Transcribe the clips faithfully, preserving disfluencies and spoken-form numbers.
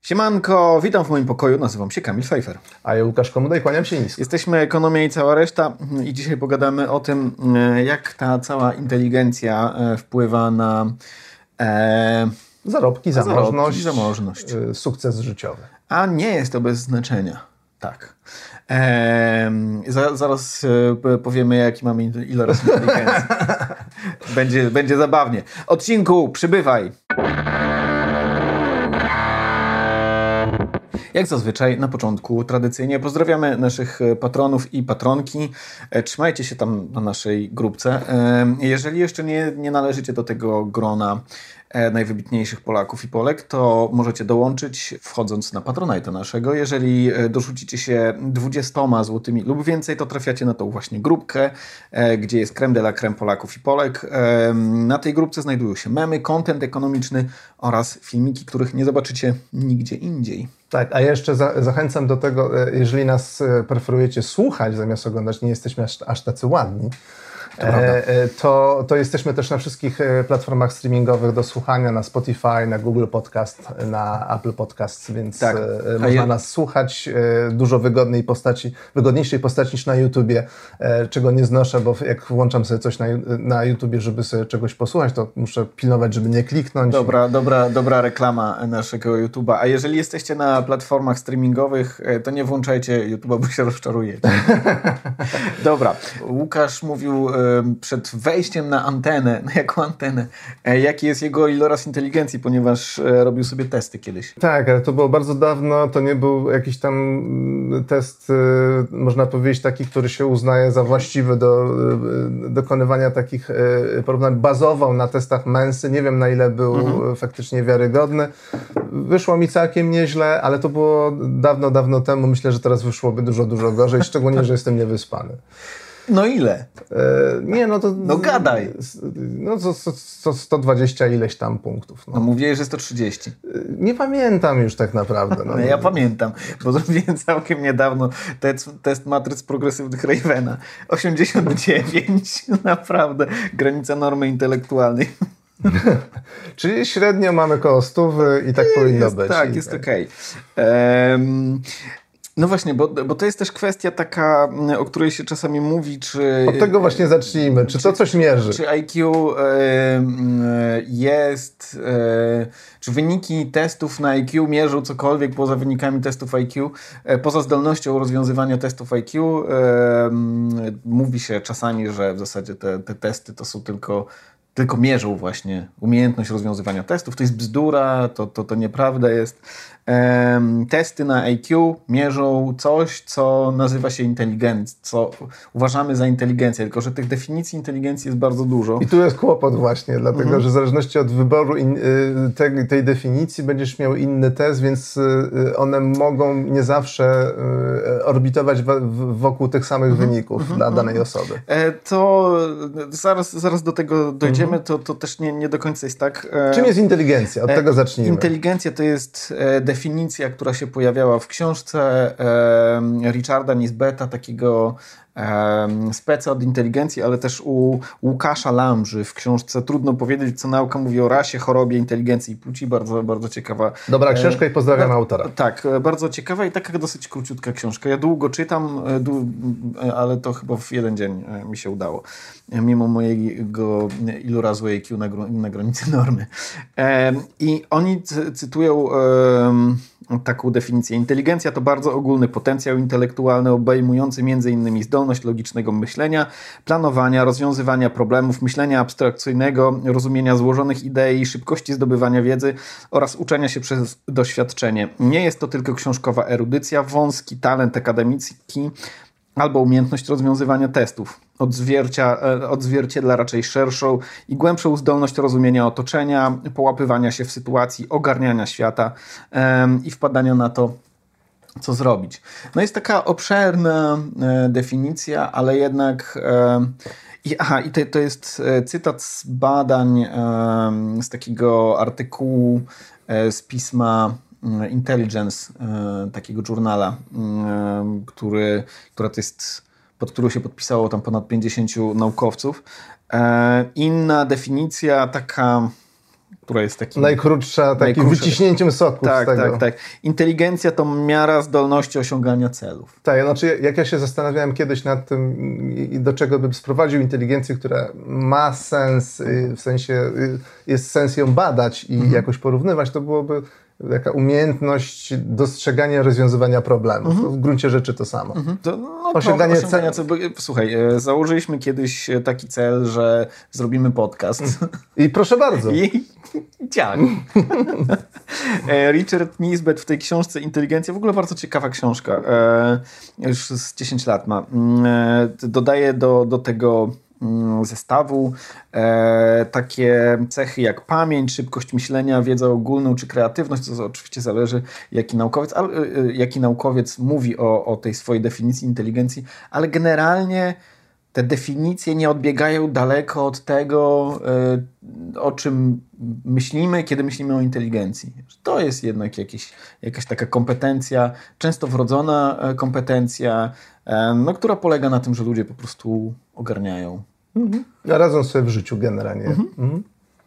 Siemanko, witam w moim pokoju, nazywam się Kamil Fejfer. A ja Łukasz Komuda i kłaniam się nisko. Jesteśmy Ekonomia i cała reszta i dzisiaj pogadamy o tym, jak ta cała inteligencja wpływa na e, zarobki, zamożność, zamożność, sukces życiowy. A nie jest to bez znaczenia. Tak. E, za, zaraz powiemy, jaki mamy iloraz inteligencji. będzie, będzie zabawnie. Odcinku, przybywaj! Jak zazwyczaj na początku tradycyjnie pozdrawiamy naszych patronów i patronki. Trzymajcie się tam na naszej grupce. Jeżeli jeszcze nie, nie należycie do tego grona najwybitniejszych Polaków i Polek, to możecie dołączyć wchodząc na Patronite'a naszego. Jeżeli dorzucicie się dwudziestoma złotymi lub więcej, to trafiacie na tą właśnie grupkę, gdzie jest creme de la creme Polaków i Polek. Na tej grupce znajdują się memy, content ekonomiczny oraz filmiki, których nie zobaczycie nigdzie indziej. Tak, a jeszcze za, zachęcam do tego, jeżeli nas preferujecie słuchać zamiast oglądać, nie jesteśmy aż, aż tacy ładni, To, to jesteśmy też na wszystkich platformach streamingowych do słuchania, na Spotify, na Google Podcast, na Apple Podcast, więc tak. można je... nas słuchać dużo wygodniej postaci, wygodniejszej postaci niż na YouTubie, czego nie znoszę, bo jak włączam sobie coś na, na YouTubie, żeby sobie czegoś posłuchać, to muszę pilnować, żeby nie kliknąć. Dobra, dobra, dobra reklama naszego YouTube'a. A jeżeli jesteście na platformach streamingowych, to nie włączajcie YouTube'a, bo się rozczarujecie. Dobra, Łukasz mówił przed wejściem na antenę, na jaką antenę, jaki jest jego iloraz inteligencji, ponieważ robił sobie testy kiedyś. Tak, ale to było bardzo dawno, to nie był jakiś tam test, można powiedzieć, taki, który się uznaje za właściwy do dokonywania takich porównań. Bazował na testach Mensy, nie wiem na ile był mhm. faktycznie wiarygodny. Wyszło mi całkiem nieźle, ale to było dawno, dawno temu. Myślę, że teraz wyszłoby dużo, dużo gorzej, szczególnie, że jestem niewyspany. No ile? E, nie, no to... No gadaj. No to, to, to sto dwadzieścia ileś tam punktów. No, no mówiłeś, że sto trzydzieści. Nie pamiętam już tak naprawdę. No. Ja pamiętam, bo zrobiłem całkiem niedawno test, test matryc progresywnych Ravena. osiemdziesiąt dziewięć, naprawdę, granica normy intelektualnej. Czyli średnio mamy koło stówy i tak jest, powinno być. Tak, jest okej. Okay. Um, No właśnie, bo, bo to jest też kwestia taka, o której się czasami mówi, czy... Od tego właśnie zacznijmy. Czy, czy to coś mierzy? Czy I Q y, y, jest... Y, czy wyniki testów na I Q mierzą cokolwiek poza wynikami testów I Q? Y, poza zdolnością rozwiązywania testów I Q y, y, mówi się czasami, że w zasadzie te, te testy to są tylko... tylko mierzą właśnie umiejętność rozwiązywania testów. To jest bzdura, to, to, to nieprawda jest. Um, testy na I Q mierzą coś, co nazywa się inteligencją, co uważamy za inteligencję, tylko że tych definicji inteligencji jest bardzo dużo. I tu jest kłopot właśnie, dlatego mhm. że w zależności od wyboru in, tej, tej definicji będziesz miał inny test, więc one mogą nie zawsze orbitować wokół tych samych mhm. wyników mhm. dla danej osoby. E, to zaraz, zaraz do tego dojdziemy, mhm. to, to też nie, nie do końca jest tak. E, Czym jest inteligencja? Od tego zacznijmy. Inteligencja to jest e, definicja, która się pojawiała w książce e, Richarda Nisbeta, takiego e, speca od inteligencji, ale też u Łukasza Lamży w książce Trudno powiedzieć, co nauka mówi o rasie, chorobie, inteligencji i płci. Bardzo, bardzo ciekawa. Dobra książka e, i pozdrawiam e, autora. Tak, bardzo ciekawa i taka dosyć króciutka książka. Ja długo czytam, dłu, ale to chyba w jeden dzień mi się udało. Mimo mojego ilorazu I Q na, na granicy normy. E, I oni cy, cytują e, taką definicję. Inteligencja to bardzo ogólny potencjał intelektualny obejmujący między innymi zdolność logicznego myślenia, planowania, rozwiązywania problemów, myślenia abstrakcyjnego, rozumienia złożonych idei, szybkości zdobywania wiedzy oraz uczenia się przez doświadczenie. Nie jest to tylko książkowa erudycja, wąski talent akademicki albo umiejętność rozwiązywania testów. Odzwiercia, odzwierciedla raczej szerszą i głębszą zdolność rozumienia otoczenia, połapywania się w sytuacji, ogarniania świata um, i wpadania na to, co zrobić. No jest taka obszerna e, definicja, ale jednak... E, i, aha, i to, to jest cytat z badań, e, z takiego artykułu e, z pisma Intelligence, e, takiego journala, e, który, która to jest, pod którą się podpisało tam ponad pięćdziesięciu naukowców. E, inna definicja, taka która jest takim... Najkrótsza, takim wyciśnięciem soku tak, z tego. Tak, tak. Inteligencja to miara zdolności osiągania celów. Tak, znaczy jak ja się zastanawiałem kiedyś nad tym i do czego bym sprowadził inteligencję, która ma sens, w sensie jest sens ją badać i mhm. jakoś porównywać, to byłoby taka umiejętność dostrzegania, rozwiązywania problemów. Mhm. W gruncie rzeczy to samo. Mhm. To, no, osiąganie osiągania celu. Słuchaj, założyliśmy kiedyś taki cel, że zrobimy podcast. I proszę bardzo. I działa. Richard Nisbett w tej książce Inteligencja, w ogóle bardzo ciekawa książka, już z dziesięć lat ma, dodaje do, do tego zestawu e, takie cechy jak pamięć, szybkość myślenia, wiedza ogólną czy kreatywność, to oczywiście zależy jaki naukowiec, ale, jaki naukowiec mówi o, o tej swojej definicji inteligencji, ale generalnie te definicje nie odbiegają daleko od tego, e, o czym myślimy, kiedy myślimy o inteligencji. To jest jednak jakieś, jakaś taka kompetencja, często wrodzona kompetencja, e, no, która polega na tym, że ludzie po prostu ogarniają. Mhm. Radzą sobie w życiu generalnie. Mhm. Mhm.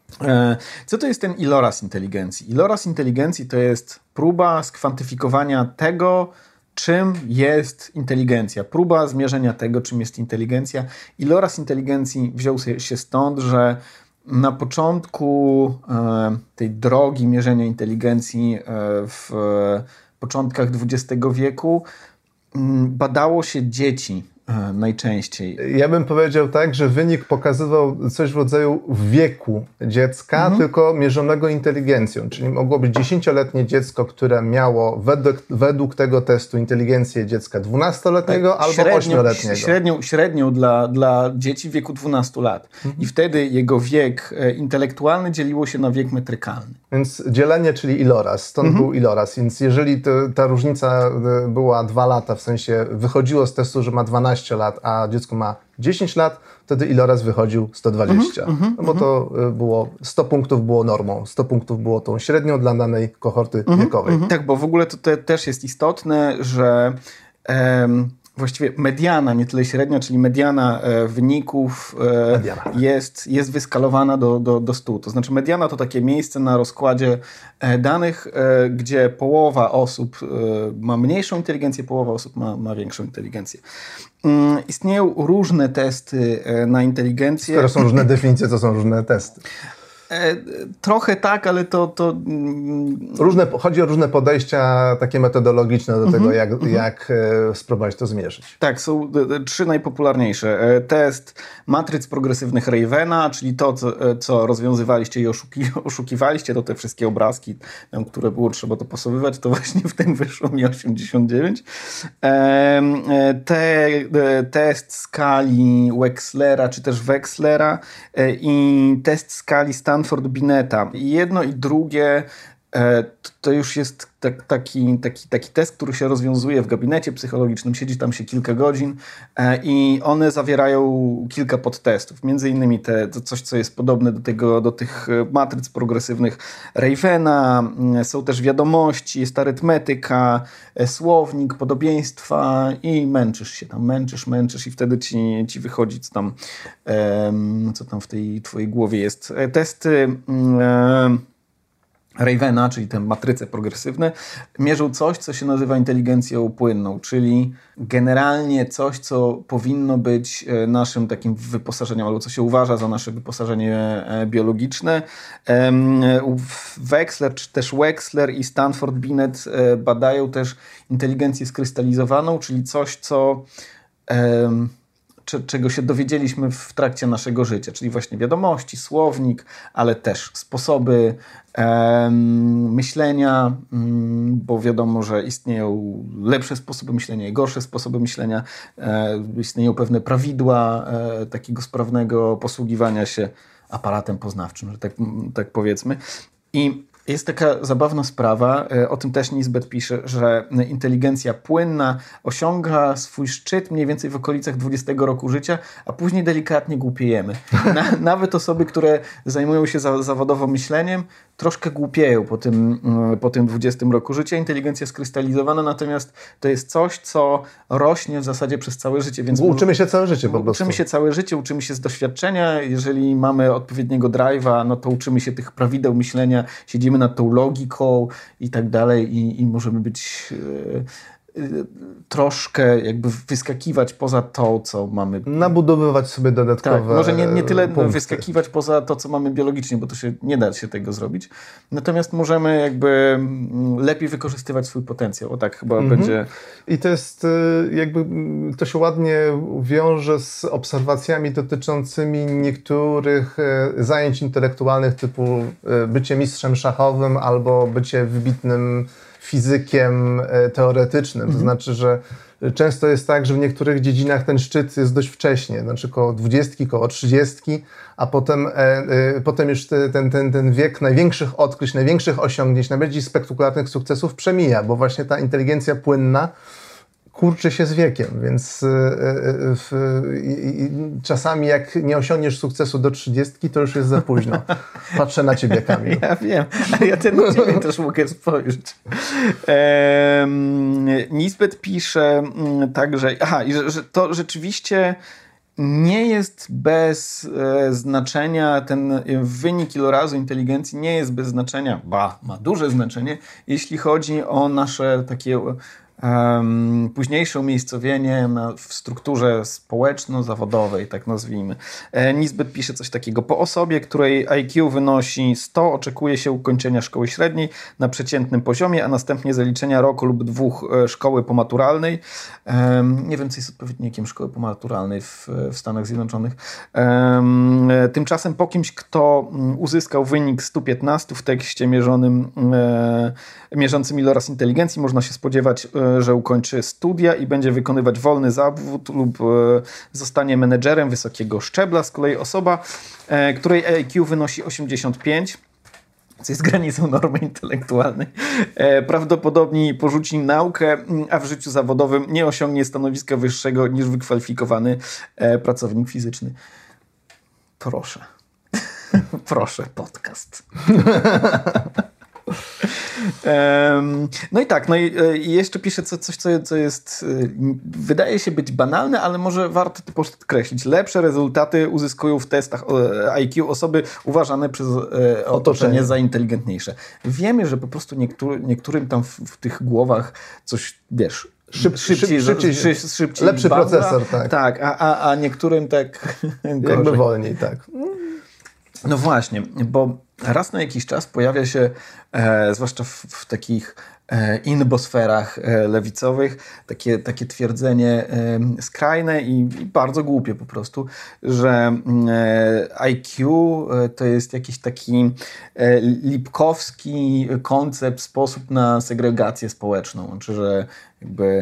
E, co to jest ten iloraz inteligencji? Iloraz inteligencji to jest próba skwantyfikowania tego, czym jest inteligencja. Próba zmierzenia tego, czym jest inteligencja. Iloraz inteligencji wziął się stąd, że na początku e, tej drogi mierzenia inteligencji e, w początkach dwudziestego wieku m, badało się dzieci e, najczęściej. Ja bym powiedział tak, że wynik pokazywał coś w rodzaju wieku dziecka, mhm. tylko mierzonego inteligencją. Czyli mogło być dziesięcioletnie dziecko, które miało według, według tego testu inteligencję dziecka dwunastoletniego tak, albo średnią, ośmioletniego. Średnią, średnią dla, dla dzieci w wieku dwunastu lat. Mhm. I wtedy jego wiek intelektualny dzieliło się na wiek metrykalny. Więc dzielenie, czyli iloraz. Stąd mhm. był iloraz. Więc jeżeli to, ta różnica była dwa lata, w sensie wychodziło z testu, że ma dwanaście lat, a dziecko ma dziesięć lat, wtedy iloraz wychodził sto dwadzieścia. Mm-hmm, no bo mm-hmm. to było, sto punktów było normą, sto punktów było tą średnią dla danej kohorty mm-hmm, wiekowej. Mm-hmm. Tak, bo w ogóle to te, też jest istotne, że em, właściwie mediana, nie tyle średnia, czyli mediana e, wyników e, mediana. Jest, jest wyskalowana do, do, do stu. To znaczy mediana to takie miejsce na rozkładzie e, danych, e, gdzie połowa osób e, ma mniejszą inteligencję, połowa osób ma, ma większą inteligencję. Mm, istnieją różne testy e, na inteligencję. Skoro są różne definicje, to są różne testy. E, trochę tak, ale to... to... Różne, chodzi o różne podejścia takie metodologiczne do mm-hmm, tego, jak, mm-hmm. jak e, spróbować to zmierzyć. Tak, są e, trzy najpopularniejsze. E, test matryc progresywnych Ravena, czyli to, co, e, co rozwiązywaliście i oszuki, oszukiwaliście, to te wszystkie obrazki, tam, które było trzeba dopasowywać, to właśnie w tym wyszło mi osiemdziesiąt dziewięć. E, te, e, test skali Wechslera, czy też Wechslera e, i test skali Stanford Bineta. I jedno i drugie e, to już jest tak, taki, taki, taki test, który się rozwiązuje w gabinecie psychologicznym. Siedzi tam się kilka godzin e, i one zawierają kilka podtestów. Między innymi te, to coś, co jest podobne do, tego, do tych matryc progresywnych Ravena. Są też wiadomości, jest arytmetyka, e, słownik, podobieństwa i męczysz się tam. Męczysz, męczysz i wtedy ci, ci wychodzi, co tam, e, co tam w tej twojej głowie jest. E, testy e, Ravena, czyli te matryce progresywne, mierzą coś, co się nazywa inteligencją płynną, czyli generalnie coś, co powinno być naszym takim wyposażeniem, albo co się uważa za nasze wyposażenie biologiczne. Wechsler, czy też Wechsler i Stanford Binet badają też inteligencję skrystalizowaną, czyli coś, co... czego się dowiedzieliśmy w trakcie naszego życia, czyli właśnie wiadomości, słownik, ale też sposoby e, myślenia, m, bo wiadomo, że istnieją lepsze sposoby myślenia i gorsze sposoby myślenia, e, istnieją pewne prawidła e, takiego sprawnego posługiwania się aparatem poznawczym, że tak, tak powiedzmy. I jest taka zabawna sprawa, o tym też Nisbett pisze, że inteligencja płynna osiąga swój szczyt mniej więcej w okolicach dwudziestego roku życia, a później delikatnie głupiejemy. Na, nawet osoby, które zajmują się za, zawodowo myśleniem, troszkę głupieją po tym, po tym dwudziestym roku życia. Inteligencja skrystalizowana, natomiast to jest coś, co rośnie w zasadzie przez całe życie. Więc uczymy się całe życie po prostu. Uczymy się całe życie, uczymy się z doświadczenia. Jeżeli mamy odpowiedniego drive'a, no to uczymy się tych prawideł myślenia, siedzimy nad tą logiką i tak dalej i, i możemy być... Yy, troszkę jakby wyskakiwać poza to, co mamy. Nabudowywać sobie dodatkowe tak, może nie, nie tyle punkty. Wyskakiwać poza to, co mamy biologicznie, bo to się nie da się tego zrobić. Natomiast możemy jakby lepiej wykorzystywać swój potencjał. O tak chyba mhm. będzie. I to jest jakby, to się ładnie wiąże z obserwacjami dotyczącymi niektórych zajęć intelektualnych typu bycie mistrzem szachowym albo bycie wybitnym fizykiem teoretycznym. Mhm. To znaczy, że często jest tak, że w niektórych dziedzinach ten szczyt jest dość wcześnie, znaczy koło dwudziestki, koło trzydziestki, a potem, e, e, potem już te, ten, ten, ten wiek największych odkryć, największych osiągnięć, najbardziej spektakularnych sukcesów przemija, bo właśnie ta inteligencja płynna kurczy się z wiekiem, więc y, y, y, y, czasami jak nie osiągniesz sukcesu do trzydziestki, to już jest za późno. Patrzę na ciebie, Kamil. Ja wiem, ale ja ten na ciebie też mogę spojrzeć. Ehm, Nisbet pisze także, aha, że, że to rzeczywiście nie jest bez e, znaczenia, ten wynik ilorazu inteligencji nie jest bez znaczenia, ba, ma duże znaczenie, jeśli chodzi o nasze takie Um, późniejsze umiejscowienie na, w strukturze społeczno-zawodowej, tak nazwijmy. E, Nisbet pisze coś takiego. Po osobie, której I Q wynosi sto, oczekuje się ukończenia szkoły średniej na przeciętnym poziomie, a następnie zaliczenia roku lub dwóch e, szkoły pomaturalnej. E, nie wiem, co jest odpowiednikiem szkoły pomaturalnej w, w Stanach Zjednoczonych. E, tymczasem po kimś, kto uzyskał wynik sto piętnaście w tekście mierzonym, e, mierzącym iloraz inteligencji, można się spodziewać, że ukończy studia i będzie wykonywać wolny zawód lub zostanie menedżerem wysokiego szczebla. Z kolei osoba, której I Q wynosi osiemdziesiąt pięć, co jest granicą normy intelektualnej, prawdopodobnie porzuci naukę, a w życiu zawodowym nie osiągnie stanowiska wyższego niż wykwalifikowany pracownik fizyczny. Proszę. Proszę, podcast. Um, no i tak, no i, i jeszcze piszę co, coś, co, co jest, wydaje się być banalne, ale może warto to podkreślić. Lepsze rezultaty uzyskują w testach I Q osoby uważane przez e, otoczenie za inteligentniejsze. Wiemy, że po prostu niektóry, niektórym tam w, w tych głowach coś, wiesz, Szyb, szybciej, szyb, szybciej, szy, szybciej lepszy banda, procesor, tak. Tak, a, a, a niektórym tak jakby gorzej. wolniej, tak. No właśnie, bo raz na jakiś czas pojawia się, e, zwłaszcza w, w takich e, inbosferach e, lewicowych, takie, takie twierdzenie e, skrajne i, i bardzo głupie po prostu, że e, I Q e, to jest jakiś taki e, lipkowski koncept, sposób na segregację społeczną. Znaczy, że jakby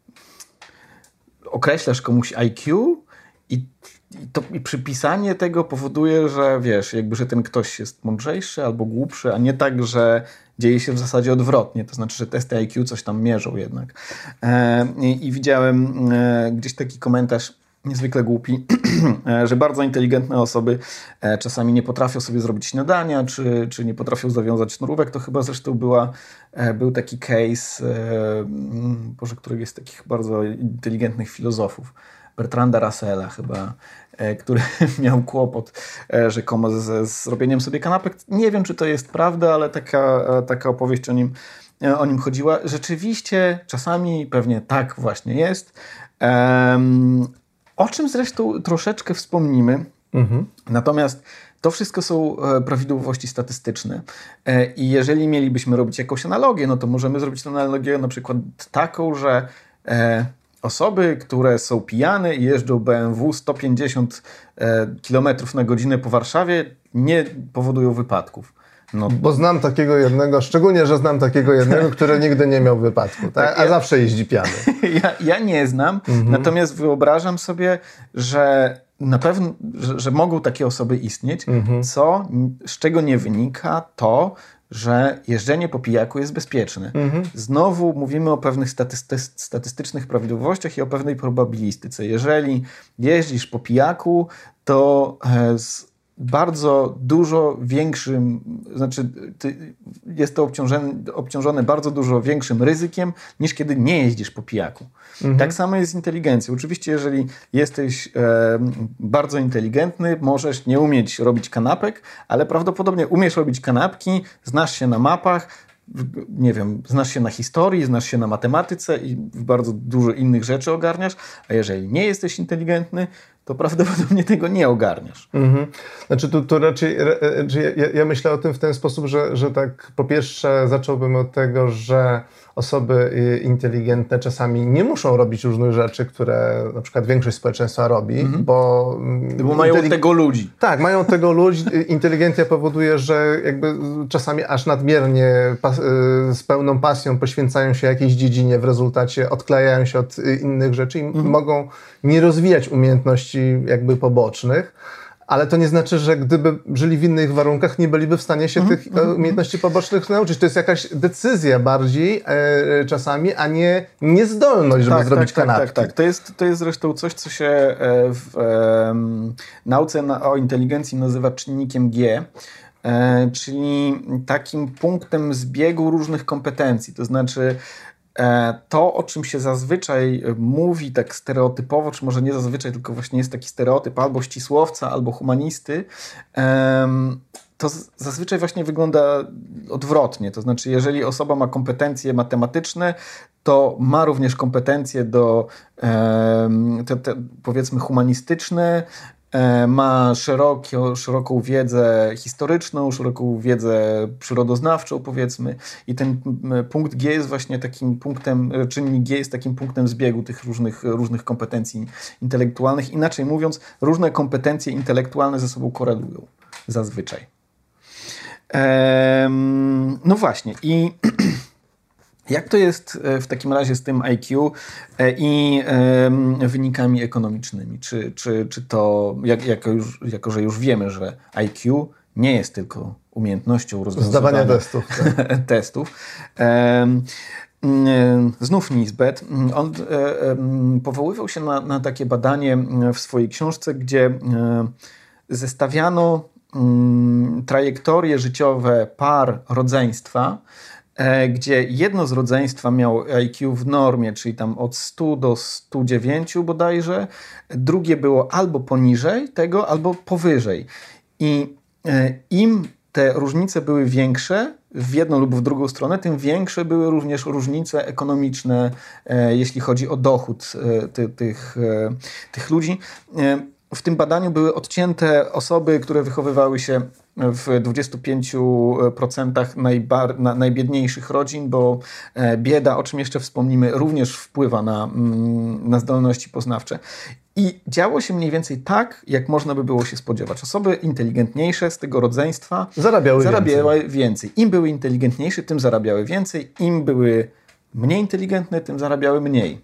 określasz komuś I Q i I, to, I przypisanie tego powoduje, że wiesz, jakby, że ten ktoś jest mądrzejszy albo głupszy, a nie tak, że dzieje się w zasadzie odwrotnie. To znaczy, że testy I Q coś tam mierzą jednak. E, i, I widziałem e, gdzieś taki komentarz niezwykle głupi, że bardzo inteligentne osoby e, czasami nie potrafią sobie zrobić śniadania, czy, czy nie potrafią zawiązać sznurówek. To chyba zresztą była, e, był taki case, e, Boże, których jest takich bardzo inteligentnych filozofów. Bertranda Russella chyba, e, który miał kłopot e, rzekomo ze zrobieniem sobie kanapek. Nie wiem, czy to jest prawda, ale taka, taka opowieść o nim, e, o nim chodziła. Rzeczywiście czasami pewnie tak właśnie jest. E, o czym zresztą troszeczkę wspomnimy. Mhm. Natomiast to wszystko są prawidłowości statystyczne. E, I jeżeli mielibyśmy robić jakąś analogię, no to możemy zrobić tę analogię na przykład taką, że e, osoby, które są pijane i jeżdżą B M W sto pięćdziesiąt kilometrów na godzinę po Warszawie, nie powodują wypadków. No. Bo znam takiego jednego, szczególnie, że znam takiego jednego, który nigdy nie miał wypadku, tak? Tak, a ja, zawsze jeździ pijany. Ja, ja nie znam, mhm. natomiast wyobrażam sobie, że na pewno, że, że mogą takie osoby istnieć, mhm. co, z czego nie wynika to, że jeżdżenie po pijaku jest bezpieczne. Mhm. Znowu mówimy o pewnych statysty- statystycznych prawidłowościach i o pewnej probabilistyce. Jeżeli jeździsz po pijaku, to z bardzo dużo większym, znaczy ty, jest to obciążone, obciążone bardzo dużo większym ryzykiem, niż kiedy nie jeździsz po pijaku. Mhm. Tak samo jest z inteligencją. Oczywiście, jeżeli jesteś e, bardzo inteligentny, możesz nie umieć robić kanapek, ale prawdopodobnie umiesz robić kanapki, znasz się na mapach, nie wiem, znasz się na historii, znasz się na matematyce i bardzo dużo innych rzeczy ogarniasz, a jeżeli nie jesteś inteligentny, to prawdopodobnie tego nie ogarniasz. Mhm. Znaczy tu, tu raczej, raczej ja, ja myślę o tym w ten sposób, że, że tak po pierwsze zacząłbym od tego, że osoby inteligentne czasami nie muszą robić różnych rzeczy, które na przykład większość społeczeństwa robi, mhm. bo... Bo mają intelig- tego ludzi. Tak, mają tego ludzi. Inteligencja powoduje, że jakby czasami aż nadmiernie pas- z pełną pasją poświęcają się jakiejś dziedzinie, w rezultacie odklejają się od innych rzeczy i mhm. mogą nie rozwijać umiejętności jakby pobocznych. Ale to nie znaczy, że gdyby żyli w innych warunkach, nie byliby w stanie się mm, tych mm, umiejętności pobocznych nauczyć. To jest jakaś decyzja bardziej e, czasami, a nie niezdolność, żeby tak, zrobić tak, kanapki. Tak, tak, tak. To jest, to jest zresztą coś, co się w e, nauce na, o inteligencji nazywa czynnikiem G, e, czyli takim punktem zbiegu różnych kompetencji. To znaczy to, o czym się zazwyczaj mówi tak stereotypowo, czy może nie zazwyczaj, tylko właśnie jest taki stereotyp albo ścisłowca, albo humanisty, to zazwyczaj właśnie wygląda odwrotnie. To znaczy, jeżeli osoba ma kompetencje matematyczne, to ma również kompetencje do te, te, powiedzmy humanistyczne, ma szeroko, szeroką wiedzę historyczną, szeroką wiedzę przyrodoznawczą, powiedzmy, i ten punkt G jest właśnie takim punktem, czynnik G jest takim punktem zbiegu tych różnych, różnych kompetencji intelektualnych. Inaczej mówiąc, różne kompetencje intelektualne ze sobą korelują zazwyczaj. Ehm, no właśnie i jak to jest w takim razie z tym I Q i e, wynikami ekonomicznymi? Czy, czy, czy to, jak, jako, już, jako że już wiemy, że I Q nie jest tylko umiejętnością rozwiązywania zdawania testów, tak. testów. E, znów Nisbet. On e, e, powoływał się na, na takie badanie w swojej książce, gdzie e, zestawiano m, trajektorie życiowe par rodzeństwa, gdzie jedno z rodzeństwa miało I Q w normie, czyli tam od stu do stu dziewięciu bodajże, drugie było albo poniżej tego, albo powyżej. I im te różnice były większe, w jedną lub w drugą stronę, tym większe były również różnice ekonomiczne, jeśli chodzi o dochód ty, tych, tych ludzi. W tym badaniu były odcięte osoby, które wychowywały się w dwudziestu pięciu procentach najbar, na, najbiedniejszych rodzin, bo bieda, o czym jeszcze wspomnimy, również wpływa na, na zdolności poznawcze. I działo się mniej więcej tak, jak można by było się spodziewać. Osoby inteligentniejsze z tego rodzeństwa zarabiały, zarabiały więcej. więcej. Im były inteligentniejsze, tym zarabiały więcej. Im były mniej inteligentne, tym zarabiały mniej.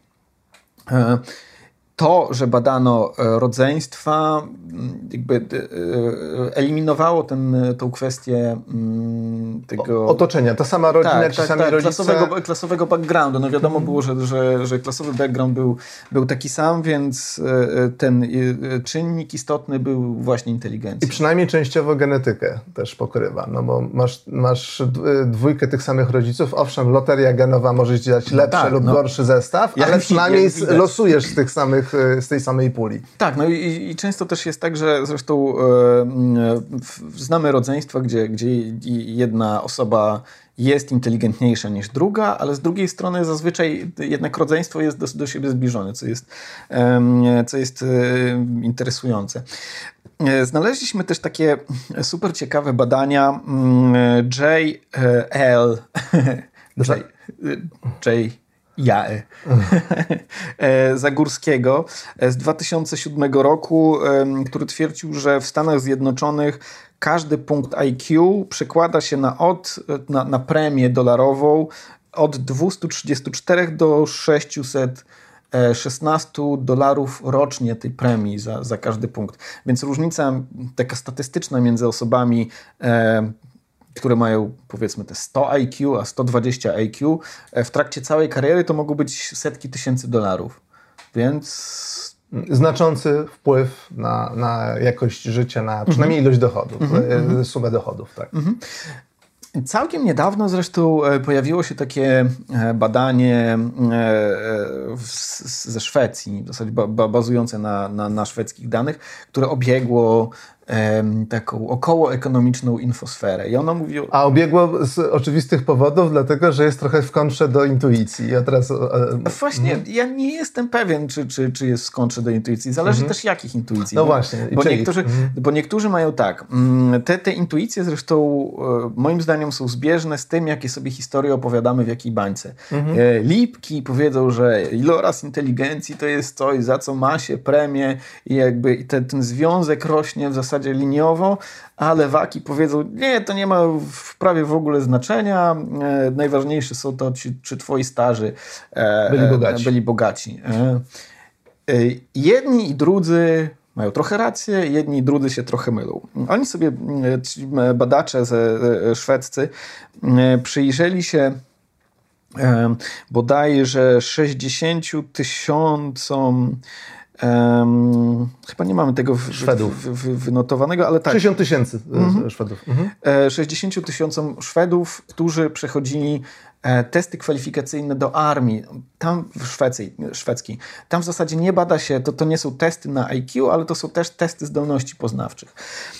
To, że badano rodzeństwa, jakby eliminowało ten, tą kwestię tego... otoczenia. Ta sama rodzina, tak, ci tak, sami tak, rodzice. Klasowego, klasowego backgroundu. No wiadomo było, że, że, że klasowy background był, był taki sam, więc ten czynnik istotny był właśnie inteligencja. I przynajmniej częściowo genetykę też pokrywa, no bo masz, masz dwójkę tych samych rodziców. Owszem, loteria genowa może ci dać lepszy no tak, lub no. gorszy zestaw, ale jak przynajmniej jak losujesz z tych samych z tej samej puli. Tak, no i, i często też jest tak, że zresztą e, w, znamy rodzeństwa, gdzie, gdzie jedna osoba jest inteligentniejsza niż druga, ale z drugiej strony zazwyczaj jednak rodzeństwo jest do, do siebie zbliżone, co jest, e, co jest e, interesujące. Znaleźliśmy też takie super ciekawe badania J L J, J Jae Zagórskiego z dwa tysiące siódmego roku, który twierdził, że w Stanach Zjednoczonych każdy punkt I Q przekłada się na, od, na, na premię dolarową od dwieście trzydzieści cztery do sześćset szesnaście dolarów rocznie tej premii za, za każdy punkt. Więc różnica taka statystyczna między osobami e, które mają powiedzmy te sto I Q, a sto dwadzieścia I Q, w trakcie całej kariery to mogą być setki tysięcy dolarów. Więc znaczący wpływ na, na jakość życia, na przynajmniej ilość dochodów, mm-hmm. sumę dochodów. Tak. Mm-hmm. Całkiem niedawno zresztą pojawiło się takie badanie ze Szwecji, w zasadzie bazujące na, na, na szwedzkich danych, które obiegło taką okołoekonomiczną infosferę. I ono mówi o... A obiegło z oczywistych powodów, dlatego że jest trochę w kontrze do intuicji. Ja teraz... Właśnie, mm. ja nie jestem pewien, czy, czy, czy jest w kontrze do intuicji. Zależy mm-hmm. też jakich intuicji. No bo, właśnie. Bo niektórzy, mm. bo niektórzy mają tak. Te, te intuicje zresztą moim zdaniem są zbieżne z tym, jakie sobie historie opowiadamy w jakiej bańce. Mm-hmm. Lipki powiedzą, że iloraz inteligencji to jest coś, za co ma się premię i jakby i ten, ten związek rośnie w zasadzie liniowo, a lewaki powiedzą, nie, to nie ma w prawie w ogóle znaczenia. E, najważniejsze są to, czy, czy twoi starzy e, byli bogaci. Byli bogaci. E, e, jedni i drudzy mają trochę rację, jedni i drudzy się trochę mylą. Oni sobie, ci badacze ze szwedzcy, przyjrzeli się e, bodajże sześćdziesięciu tysiącom Um, chyba nie mamy tego w, Szwedów. W, w, wynotowanego, ale tak. sześćdziesiąt tysięcy mm-hmm. Szwedów. Mm-hmm. sześćdziesięciu tysiącom Szwedów, którzy przechodzili e, testy kwalifikacyjne do armii. Tam w Szwecji, szwedzkiej. Tam w zasadzie nie bada się, to, to nie są testy na I Q, ale to są też testy zdolności poznawczych.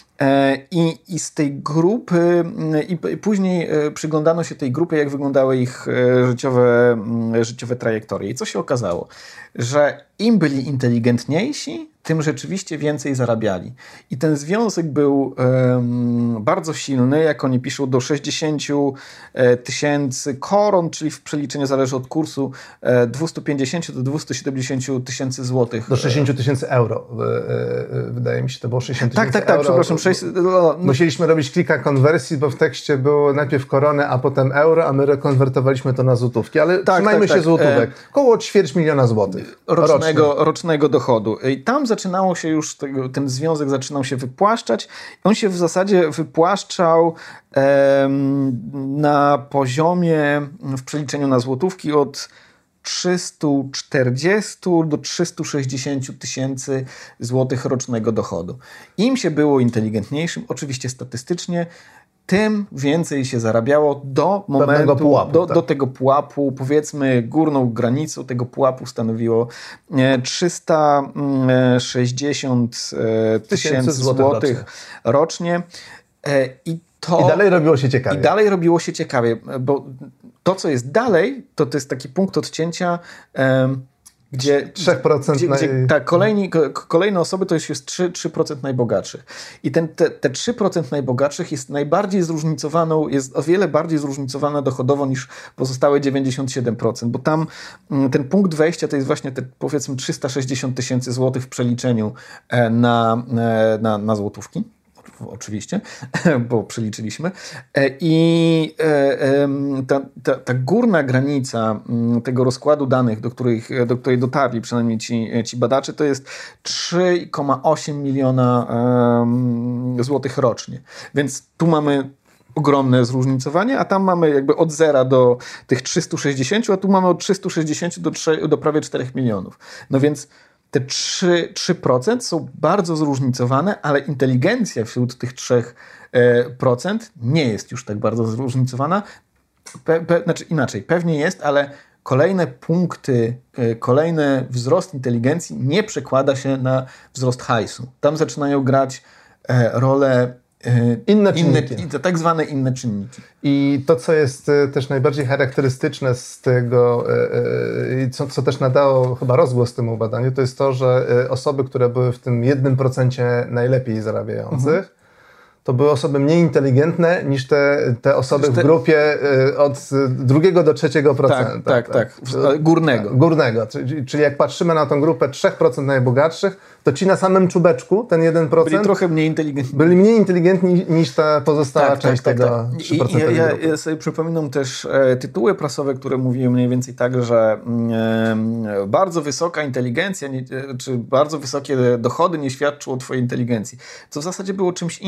I, I z tej grupy, i później przyglądano się tej grupie, jak wyglądały ich życiowe, życiowe trajektorie. I co się okazało? Że im byli inteligentniejsi, tym rzeczywiście więcej zarabiali. I ten związek był um, bardzo silny, jak oni piszą, do sześćdziesięciu tysięcy koron, czyli w przeliczeniu zależy od kursu dwieście pięćdziesiąt do dwieście siedemdziesiąt tysięcy złotych. Do sześćdziesiąt tysięcy euro. Wydaje mi się, to było sześćdziesiąt tysięcy tak, tak, euro. Tak, tak, przepraszam. No, no. Musieliśmy robić kilka konwersji, bo w tekście było najpierw korony, a potem euro, a my rekonwertowaliśmy to na złotówki. Ale tak, trzymajmy tak, się tak. złotówek. Koło ćwierć miliona złotych. Rocznego, rocznego dochodu. I tam zaczynało się już, tego, ten związek zaczynał się wypłaszczać. On się w zasadzie wypłaszczał em, na poziomie, w przeliczeniu na złotówki, od trzysta czterdzieści do trzysta sześćdziesiąt tysięcy złotych rocznego dochodu. Im się było inteligentniejszym, oczywiście statystycznie, tym więcej się zarabiało do momentu, pułapu, do, tak. do tego pułapu, powiedzmy górną granicą tego pułapu stanowiło trzysta sześćdziesiąt tysięcy złotych rocznie. I To, I dalej robiło się ciekawie. I dalej robiło się ciekawie, bo to, co jest dalej, to, to jest taki punkt odcięcia, um, gdzie, trzy procent gdzie, naj... gdzie tak, kolejni, kolejne osoby to już jest trzy procent najbogatszych. I ten, te, te trzy procent najbogatszych jest najbardziej zróżnicowaną, jest o wiele bardziej zróżnicowana dochodowo niż pozostałe dziewięćdziesiąt siedem procent, bo tam ten punkt wejścia to jest właśnie te, powiedzmy, trzysta sześćdziesiąt tysięcy złotych w przeliczeniu na, na, na złotówki. Oczywiście, bo przeliczyliśmy. I ta, ta, ta górna granica tego rozkładu danych, do, których, do której dotarli przynajmniej ci, ci badacze, to jest trzy przecinek osiem miliona złotych rocznie. Więc tu mamy ogromne zróżnicowanie, a tam mamy jakby od zera do tych trzystu sześćdziesięciu, a tu mamy od trzystu sześćdziesięciu do, do prawie czterech milionów. No więc te trzy procent są bardzo zróżnicowane, ale inteligencja wśród tych trzy procent nie jest już tak bardzo zróżnicowana. Pe, pe, znaczy inaczej, pewnie jest, ale kolejne punkty, kolejny wzrost inteligencji nie przekłada się na wzrost hajsu. Tam zaczynają grać rolę Inne czynniki. Inne, tak zwane inne czynniki. I to, co jest też najbardziej charakterystyczne z tego, co, co też nadało chyba rozgłos temu badaniu, to jest to, że osoby, które były w tym jednym procencie najlepiej zarabiających, mhm. to były osoby mniej inteligentne niż te, te osoby te... w grupie od drugiego do trzeciego procenta. Tak, tak, tak. tak. Górnego. Górnego. Czyli, czyli jak patrzymy na tą grupę trzy procent najbogatszych, to ci na samym czubeczku, ten jeden procent, byli trochę mniej inteligentni. Byli mniej inteligentni niż ta pozostała tak, część tak, tego tak, tak. trzy procent. I, ja, ja sobie przypominam też e, tytuły prasowe, które mówiły mniej więcej tak, że e, bardzo wysoka inteligencja, nie, czy bardzo wysokie dochody nie świadczą o twojej inteligencji. Co w zasadzie było czymś innym niż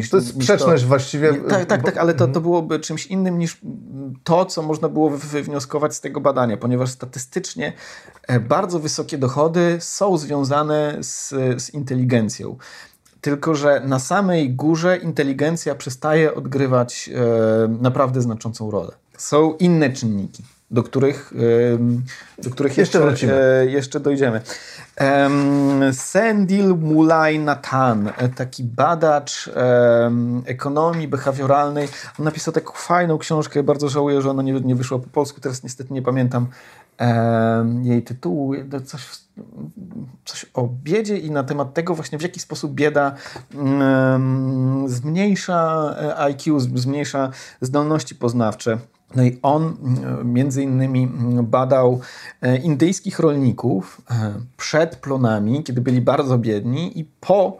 niż To jest niż sprzeczność to, właściwie. Nie, tak, tak, tak, ale to, to byłoby czymś innym niż to, co można było wywnioskować z tego badania, ponieważ statystycznie bardzo wysokie dochody są związane z, z inteligencją. Tylko że na samej górze inteligencja przestaje odgrywać e, naprawdę znaczącą rolę. Są inne czynniki, do których, e, do których jeszcze, jeszcze, e, jeszcze dojdziemy. E, Sendil Mulay Nathan, taki badacz e, ekonomii behawioralnej, on napisał taką fajną książkę, bardzo żałuję, że ona nie, nie wyszła po polsku, teraz niestety nie pamiętam e, jej tytułu, coś w coś o biedzie i na temat tego właśnie, w jaki sposób bieda um, zmniejsza I Q, zmniejsza zdolności poznawcze. No i on między innymi badał indyjskich rolników przed plonami, kiedy byli bardzo biedni, i po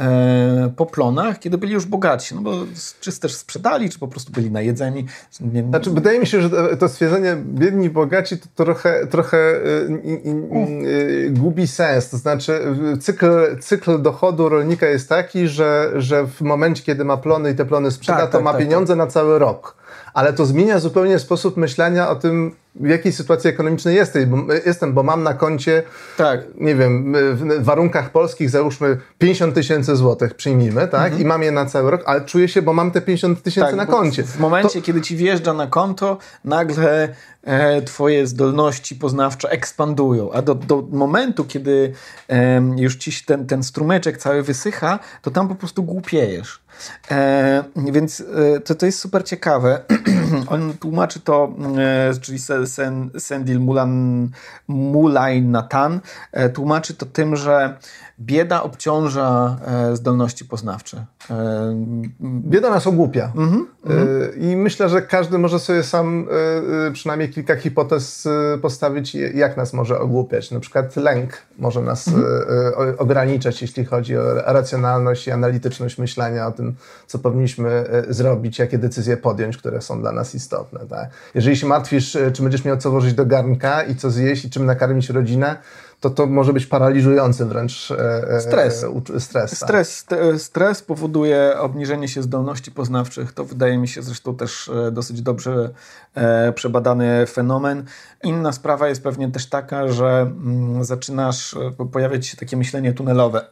po plonach, kiedy byli już bogaci, no bo czy też sprzedali, czy po prostu byli najedzeni. Znaczy, wydaje mi się, że to, to stwierdzenie biedni, bogaci to trochę, trochę y, y, y, gubi sens. To znaczy cykl, cykl dochodu rolnika jest taki, że, że w momencie, kiedy ma plony i te plony sprzeda, tak, to tak, ma tak, pieniądze tak. na cały rok. Ale to zmienia zupełnie sposób myślenia o tym, w jakiej sytuacji ekonomicznej jesteś, bo, jestem, bo mam na koncie, tak. nie wiem, w warunkach polskich załóżmy pięćdziesiąt tysięcy złotych, przyjmijmy, tak? Mhm. I mam je na cały rok, ale czuję się, bo mam te pięćdziesiąt tysięcy tak, na koncie. W momencie, to... kiedy ci wjeżdża na konto, nagle e, twoje zdolności poznawcze ekspandują, a do, do momentu, kiedy e, już ci ten, ten strumyczek cały wysycha, to tam po prostu głupiejesz. E, więc e, to, to jest super ciekawe. On tłumaczy to, e, czyli Sen, Sendil Mulan, Mulay Nathan, e, tłumaczy to tym, że bieda obciąża e, zdolności poznawcze. E, bieda nas ogłupia. Mm-hmm, e, I myślę, że każdy może sobie sam e, przynajmniej kilka hipotez e, postawić, jak nas może ogłupiać. Na przykład lęk może nas mm-hmm. e, ograniczać, jeśli chodzi o racjonalność i analityczność myślenia o tym, co powinniśmy e, zrobić, jakie decyzje podjąć, które są dla nas istotne. Tak? Jeżeli się martwisz, czy będziesz miał co włożyć do garnka i co zjeść i czym nakarmić rodzinę, to to może być paraliżujący wręcz e, stres. E, stres, stres, tak. stres powoduje obniżenie się zdolności poznawczych. To wydaje mi się zresztą też dosyć dobrze e, przebadany fenomen. Inna sprawa jest pewnie też taka, że mm, zaczynasz pojawiać się takie myślenie tunelowe,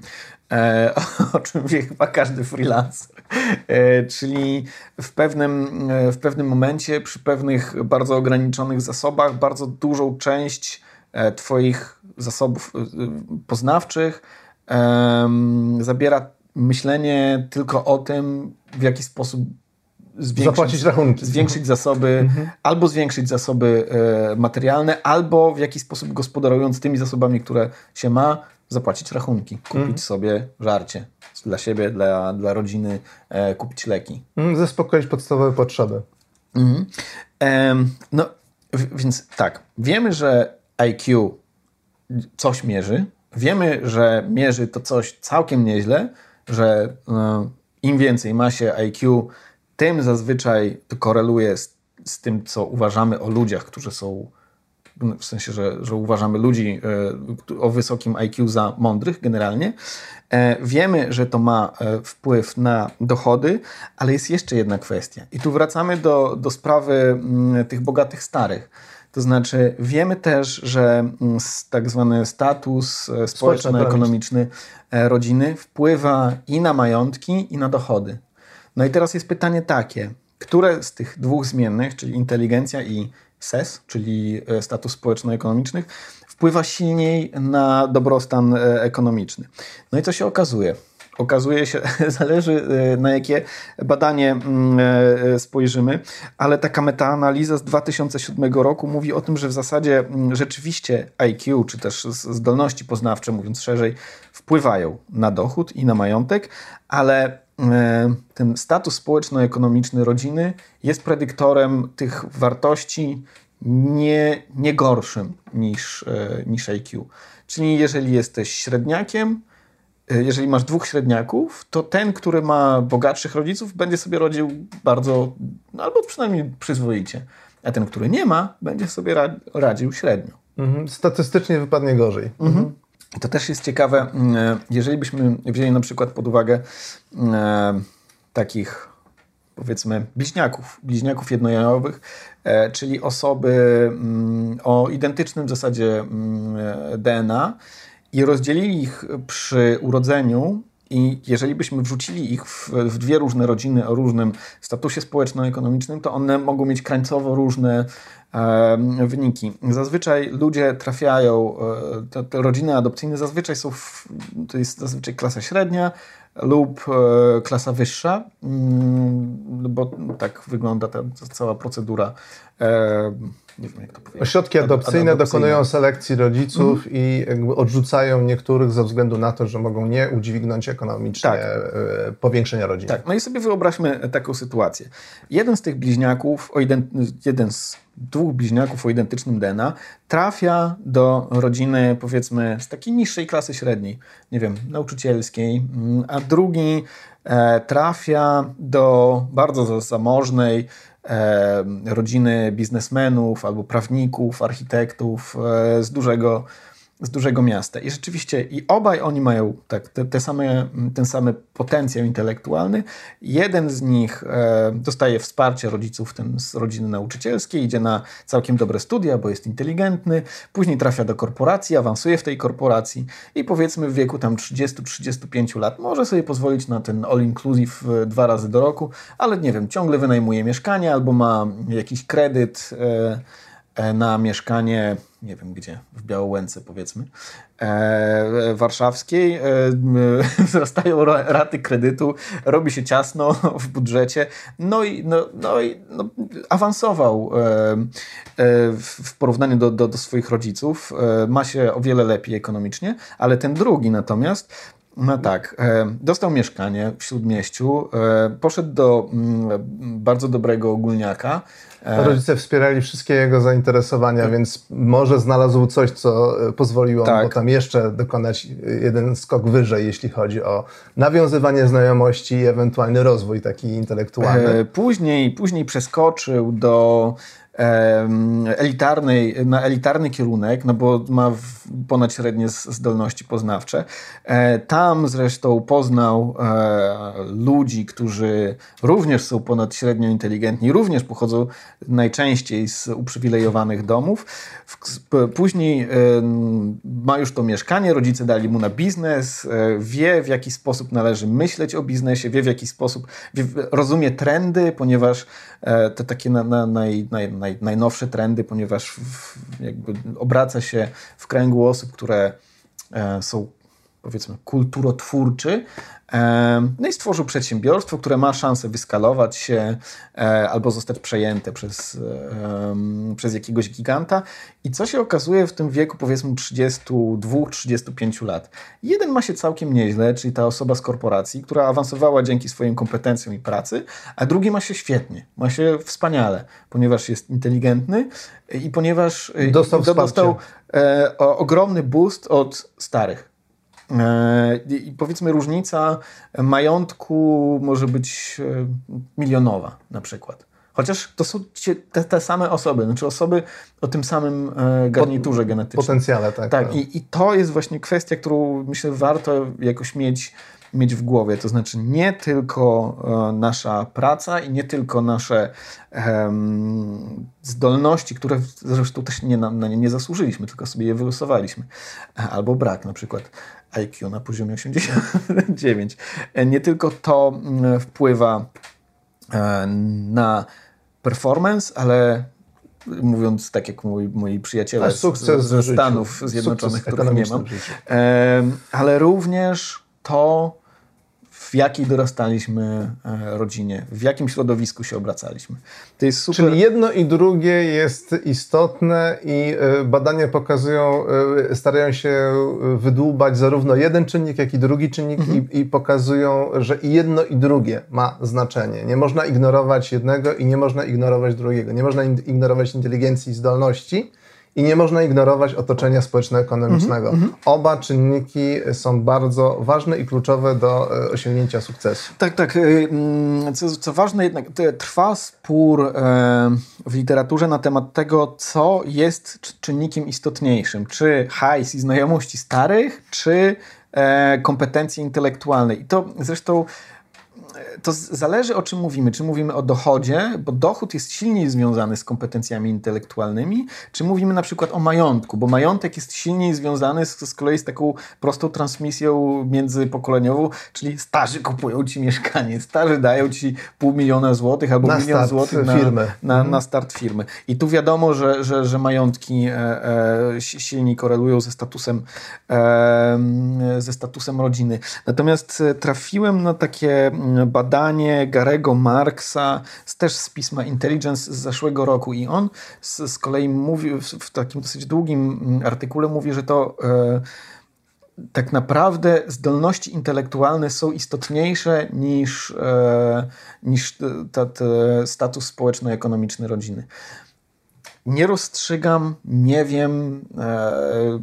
e, o czym wie chyba każdy freelancer. E, czyli w pewnym, w pewnym momencie, przy pewnych bardzo ograniczonych zasobach, bardzo dużą część twoich zasobów poznawczych um, zabiera myślenie tylko o tym, w jaki sposób zwiększyć, zapłacić rachunki, zwiększyć zasoby, mhm. albo zwiększyć zasoby e, materialne, albo w jaki sposób gospodarując tymi zasobami, które się ma, zapłacić rachunki, kupić mhm. sobie żarcie dla siebie, dla, dla rodziny, e, kupić leki. Mhm, zaspokoić podstawowe potrzeby. Mhm. E, no, w, więc tak, wiemy, że I Q coś mierzy. Wiemy, że mierzy to coś całkiem nieźle, że no, im więcej ma się I Q, tym zazwyczaj to koreluje z, z tym, co uważamy o ludziach, którzy są, w sensie, że, że uważamy ludzi e, o wysokim I Q za mądrych generalnie. E, wiemy, że to ma e, wpływ na dochody, ale jest jeszcze jedna kwestia. I tu wracamy do, do sprawy m, tych bogatych starych. To znaczy wiemy też, że tak zwany status społeczno-ekonomiczny rodziny wpływa i na majątki, i na dochody. No i teraz jest pytanie takie, które z tych dwóch zmiennych, czyli inteligencja i S E S, czyli status społeczno-ekonomiczny, wpływa silniej na dobrostan ekonomiczny. No i co się okazuje? Okazuje się, zależy na jakie badanie spojrzymy, ale taka metaanaliza z dwa tysiące siódmego roku mówi o tym, że w zasadzie rzeczywiście I Q, czy też zdolności poznawcze, mówiąc szerzej, wpływają na dochód i na majątek, ale ten status społeczno-ekonomiczny rodziny jest predyktorem tych wartości nie, nie gorszym niż, niż I Q. Czyli jeżeli jesteś średniakiem, jeżeli masz dwóch średniaków, to ten, który ma bogatszych rodziców, będzie sobie rodził bardzo, albo przynajmniej przyzwoicie. A ten, który nie ma, będzie sobie radził średnio. Mhm. Statystycznie wypadnie gorzej. Mhm. To też jest ciekawe, jeżeli byśmy wzięli na przykład pod uwagę takich, powiedzmy, bliźniaków, bliźniaków jednojajowych, e, czyli osoby mm, o identycznym w zasadzie mm, D N A i rozdzielili ich przy urodzeniu. I jeżeli byśmy wrzucili ich w, w dwie różne rodziny o różnym statusie społeczno-ekonomicznym, to one mogą mieć krańcowo różne e, wyniki. Zazwyczaj ludzie trafiają, e, te, te rodziny adopcyjne zazwyczaj są, w, to jest zazwyczaj klasa średnia lub e, klasa wyższa, mm, bo tak wygląda ta, ta cała procedura. E, nie wiem, jak to powiedzieć. Ośrodki adopcyjne, adopcyjne dokonują selekcji rodziców mm. i jakby odrzucają niektórych ze względu na to, że mogą nie udźwignąć ekonomicznie tak. powiększenia rodziny. Tak, no i sobie wyobraźmy taką sytuację. Jeden z tych bliźniaków, o ident- jeden z dwóch bliźniaków o identycznym D N A trafia do rodziny, powiedzmy, z takiej niższej klasy średniej, nie wiem, nauczycielskiej, a drugi e, trafia do bardzo zamożnej e, rodziny biznesmenów albo prawników, architektów e, z dużego z dużego miasta. I rzeczywiście i obaj oni mają tak, te, te same, ten sam potencjał intelektualny. Jeden z nich e, dostaje wsparcie rodziców, ten z rodziny nauczycielskiej, idzie na całkiem dobre studia, bo jest inteligentny, później trafia do korporacji, awansuje w tej korporacji i powiedzmy w wieku tam trzydziestu do trzydziestu pięciu lat może sobie pozwolić na ten all-inclusive dwa razy do roku, ale nie wiem, ciągle wynajmuje mieszkanie albo ma jakiś kredyt e, na mieszkanie, nie wiem gdzie, w Białołęce powiedzmy, e, warszawskiej, e, wzrastają raty kredytu, robi się ciasno w budżecie, no i, no, no i no, awansował e, e, w porównaniu do, do, do swoich rodziców, e, ma się o wiele lepiej ekonomicznie, ale ten drugi natomiast, no tak, e, dostał mieszkanie w Śródmieściu, e, poszedł do m, bardzo dobrego ogólniaka. E, Rodzice wspierali wszystkie jego zainteresowania, tak. Więc może znalazł coś, co pozwoliło tak. mu tam jeszcze dokonać jeden skok wyżej, jeśli chodzi o nawiązywanie znajomości i ewentualny rozwój taki intelektualny. E, później, później przeskoczył do elitarnej, na elitarny kierunek, no bo ma ponadśrednie zdolności poznawcze. Tam zresztą poznał ludzi, którzy również są ponadśrednio inteligentni, również pochodzą najczęściej z uprzywilejowanych domów. Później ma już to mieszkanie, rodzice dali mu na biznes, wie w jaki sposób należy myśleć o biznesie, wie w jaki sposób, wie, rozumie trendy, ponieważ te takie na, na, naj, naj, naj, najnowsze trendy, ponieważ w, jakby obraca się w kręgu osób, które e, są powiedzmy kulturotwórczy. E, no i stworzył przedsiębiorstwo, które ma szansę wyskalować się e, albo zostać przejęte przez, e, przez jakiegoś giganta. I co się okazuje w tym wieku powiedzmy trzydziestu dwóch do trzydziestu pięciu lat? Jeden ma się całkiem nieźle, czyli ta osoba z korporacji, która awansowała dzięki swoim kompetencjom i pracy, a drugi ma się świetnie, ma się wspaniale, ponieważ jest inteligentny i ponieważ dostał, i dostał e, o, ogromny boost od starych. I powiedzmy różnica majątku może być milionowa na przykład. Chociaż to są te, te same osoby, znaczy osoby o tym samym garniturze genetycznym. Potencjale, tak. Tak, tak. I, i to jest właśnie kwestia, którą myślę warto jakoś mieć, mieć w głowie. To znaczy nie tylko e, nasza praca i nie tylko nasze e, zdolności, które zresztą też nie, na, na nie nie zasłużyliśmy, tylko sobie je wylosowaliśmy. Albo brak, na przykład I Q na poziomie osiemdziesiąt dziewięć. Nie tylko to wpływa na performance, ale mówiąc tak jak moi, moi przyjaciele z, ze Stanów Zjednoczonych, których nie mam, ale również to, w jakiej dorastaliśmy rodzinie, w jakim środowisku się obracaliśmy. To jest super. Czyli jedno i drugie jest istotne i badania pokazują, starają się wydłubać zarówno jeden czynnik, jak i drugi czynnik mhm. i, i pokazują, że i jedno i drugie ma znaczenie. Nie można ignorować jednego i nie można ignorować drugiego. Nie można ignorować inteligencji i zdolności i nie można ignorować otoczenia społeczno-ekonomicznego. Mm-hmm. Oba czynniki są bardzo ważne i kluczowe do osiągnięcia sukcesu. Tak, tak. Co, co ważne jednak, trwa spór w literaturze na temat tego, co jest czynnikiem istotniejszym. Czy hajs i znajomości starych, czy kompetencje intelektualne. I to zresztą to zależy, o czym mówimy. Czy mówimy o dochodzie, bo dochód jest silniej związany z kompetencjami intelektualnymi, czy mówimy na przykład o majątku, bo majątek jest silniej związany z, z kolei z taką prostą transmisją międzypokoleniową, czyli starzy kupują ci mieszkanie, starzy dają ci pół miliona złotych albo na milion złotych na, firmy. Na, mhm. na start firmy. I tu wiadomo, że, że, że majątki e, e, silniej korelują ze statusem, e, ze statusem rodziny. Natomiast trafiłem na takie badanie Garego Marksa, też z pisma Intelligence z zeszłego roku i on z, z kolei mówi, w, w takim dosyć długim artykule mówi, że to e, tak naprawdę zdolności intelektualne są istotniejsze niż, e, niż ta, ta status społeczno-ekonomiczny rodziny. Nie rozstrzygam, nie wiem, e,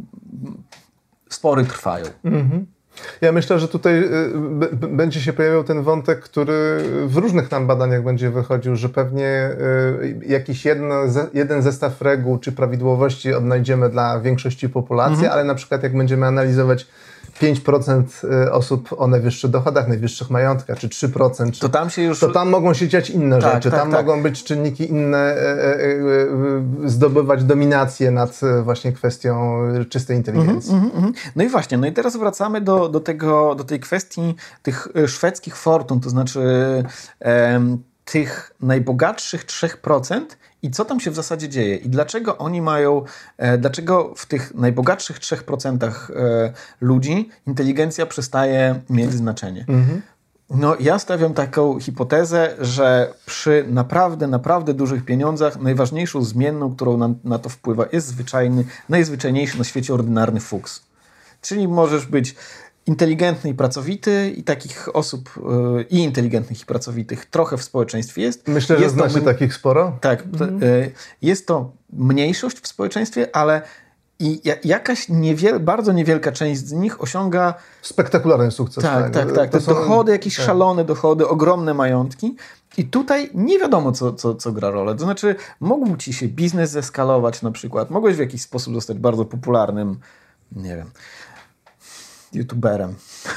spory trwają. Mhm. Ja myślę, że tutaj b- b- będzie się pojawiał ten wątek, który w różnych nam badaniach będzie wychodził, że pewnie y, jakiś jedno, ze, jeden zestaw reguł czy prawidłowości odnajdziemy dla większości populacji, mhm. ale na przykład jak będziemy analizować pięć procent osób o najwyższych dochodach, najwyższych majątkach, czy trzy procent, czy, to, tam się już... to tam mogą się dziać inne tak, rzeczy. tak, tam tak. mogą być czynniki inne, e, e, e, zdobywać dominację nad właśnie kwestią czystej inteligencji. Mm, mm, mm. No i właśnie, no i teraz wracamy do, do, tego, do tej kwestii tych szwedzkich fortun, to znaczy em, tych najbogatszych trzy procent i co tam się w zasadzie dzieje i dlaczego oni mają, e, dlaczego w tych najbogatszych trzech procentach e, ludzi inteligencja przestaje mieć znaczenie. Mhm. No ja stawiam taką hipotezę, że przy naprawdę, naprawdę dużych pieniądzach najważniejszą zmienną, którą na, na to wpływa jest zwyczajny, najzwyczajniejszy na świecie ordynarny fuks. Czyli możesz być inteligentny i pracowity i takich osób yy, i inteligentnych i pracowitych trochę w społeczeństwie jest. Myślę, jest że znacie to, takich sporo. Tak. Mhm. Yy, jest to mniejszość w społeczeństwie, ale i jakaś niewiel, bardzo niewielka część z nich osiąga... Spektakularny sukces. Tak, tak, tak. Te są... dochody, jakieś tak. szalone dochody, ogromne majątki. I tutaj nie wiadomo, co, co, co gra rolę. To znaczy, mógł ci się biznes zeskalować na przykład. Mogłeś w jakiś sposób zostać bardzo popularnym, nie wiem, youtuberem.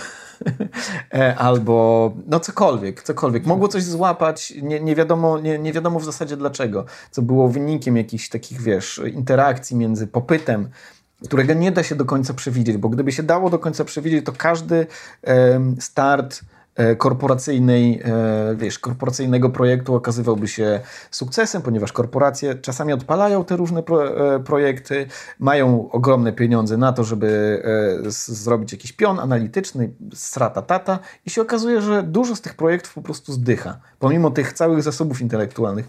Albo no cokolwiek, cokolwiek. Mogło coś złapać, nie, nie, wiadomo, nie, nie wiadomo w zasadzie dlaczego, co było wynikiem jakichś takich, wiesz, interakcji między popytem, którego nie da się do końca przewidzieć, bo gdyby się dało do końca przewidzieć, to każdy um, start korporacyjnej, wiesz, korporacyjnego projektu okazywałby się sukcesem, ponieważ korporacje czasami odpalają te różne pro, projekty, mają ogromne pieniądze na to, żeby z, zrobić jakiś pion analityczny, strata tata i się okazuje, że dużo z tych projektów po prostu zdycha, pomimo tych całych zasobów intelektualnych.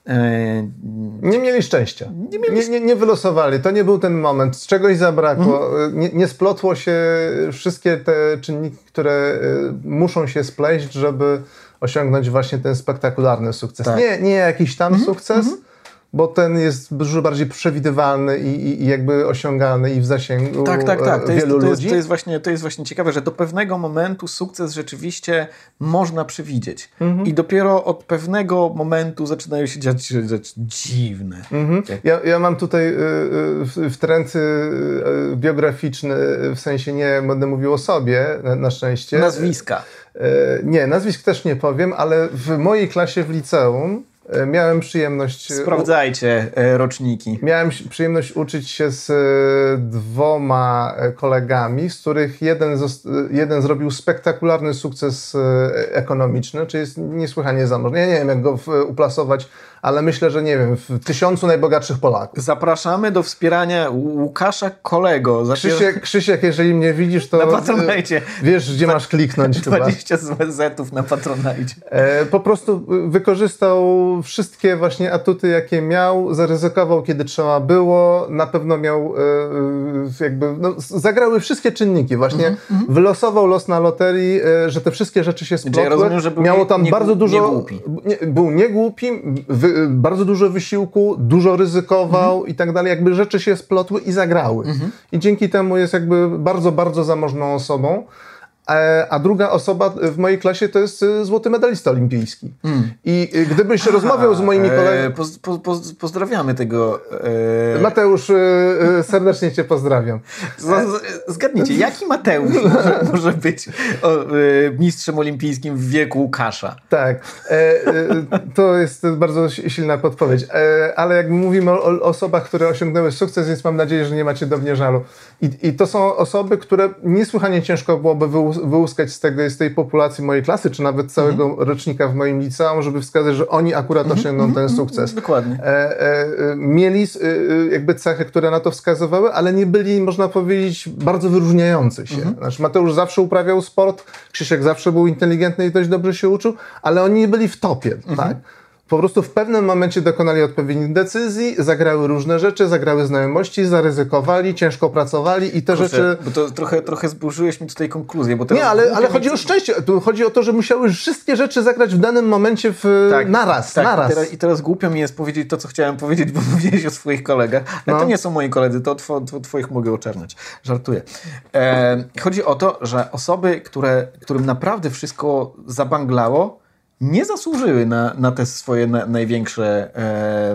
Nie mieli szczęścia. Nie, mieli... Nie, nie, nie wylosowali. To nie był ten moment. Z czegoś zabrakło. Mhm. Nie, nie splotło się wszystkie te czynniki, które muszą się spleść, żeby osiągnąć właśnie ten spektakularny sukces. Tak. Nie, nie jakiś tam mhm. sukces, mhm. bo ten jest dużo bardziej przewidywalny i, i, i jakby osiągalny i w zasięgu tak, tak, tak. To wielu jest, to ludzi. Jest, to, jest właśnie, to jest właśnie ciekawe, że do pewnego momentu sukces rzeczywiście można przewidzieć. Mhm. I dopiero od pewnego momentu zaczynają się dziać rzeczy dziwne. Mhm. Ja, ja mam tutaj y, y, wtręt y, biograficzny, w sensie nie będę mówił o sobie, na, na szczęście. Nazwiska. Y, nie, nazwisk też nie powiem, ale w mojej klasie w liceum miałem przyjemność... Sprawdzajcie u... roczniki. Miałem przyjemność uczyć się z dwoma kolegami, z których jeden, jeden zrobił spektakularny sukces ekonomiczny, czyli jest niesłychanie zamożny. Ja nie wiem, jak go uplasować, ale myślę, że nie wiem, w tysiącu najbogatszych Polaków. Zapraszamy do wspierania Łukasza Kolego. Zapier... Krzysiek, Krzysiek, jeżeli mnie widzisz, to na Patronite. Wiesz, gdzie masz kliknąć. dwadzieścia zetów na Patronite. E, po prostu wykorzystał wszystkie właśnie atuty, jakie miał, zaryzykował, kiedy trzeba było, na pewno miał e, jakby, no, zagrały wszystkie czynniki właśnie, mm-hmm. wylosował los na loterii, e, że te wszystkie rzeczy się splotły. Ja rozumiem, że był miało tam nie, bardzo dużo, nie głupi. Nie, był niegłupi, wy, bardzo dużo wysiłku, dużo ryzykował mm-hmm. i tak dalej, jakby rzeczy się splotły i zagrały. Mm-hmm. I dzięki temu jest jakby bardzo, bardzo zamożną osobą. a druga osoba w mojej klasie to jest złoty medalista olimpijski. Mm. I gdybyś Aha, rozmawiał z moimi kolegami... Poz, po, po, pozdrawiamy tego... E... Mateusz, serdecznie cię pozdrawiam. Zgadnijcie, jaki Mateusz może, może być o, mistrzem olimpijskim w wieku Łukasza? Tak, to jest bardzo silna podpowiedź. Ale jak mówimy o osobach, które osiągnęły sukces, więc mam nadzieję, że nie macie do mnie żalu. I, i to są osoby, które niesłychanie ciężko byłoby wyłuskać z, tego, z tej populacji mojej klasy, czy nawet całego mm-hmm. rocznika w moim liceum, żeby wskazać, że oni akurat mm-hmm. osiągną ten sukces. Dokładnie. E, e, mieli e, jakby cechy, które na to wskazywały, ale nie byli, można powiedzieć, bardzo wyróżniający się. Mm-hmm. Znaczy, Mateusz zawsze uprawiał sport, Krzysiek zawsze był inteligentny i dość dobrze się uczył, ale oni nie byli w topie, mm-hmm. tak? Po prostu w pewnym momencie dokonali odpowiednich decyzji, zagrały różne rzeczy, zagrały znajomości, zaryzykowali, ciężko pracowali i te Kurczę, rzeczy... Bo to trochę, trochę zburzyłeś mi tutaj konkluzję. Bo teraz nie, ale, ale chodzi o szczęście. Tu chodzi o to, że musiały wszystkie rzeczy zagrać w danym momencie w... tak, naraz. Tak. naraz. I, teraz, I teraz głupio mi jest powiedzieć to, co chciałem powiedzieć, bo mówiłeś o swoich kolegach. Ale no. to nie są moi koledzy, to two, to twoich mogę oczerniać. Żartuję. E, chodzi o to, że osoby, które, którym naprawdę wszystko zabanglało, nie zasłużyły na, na te swoje na, największe e,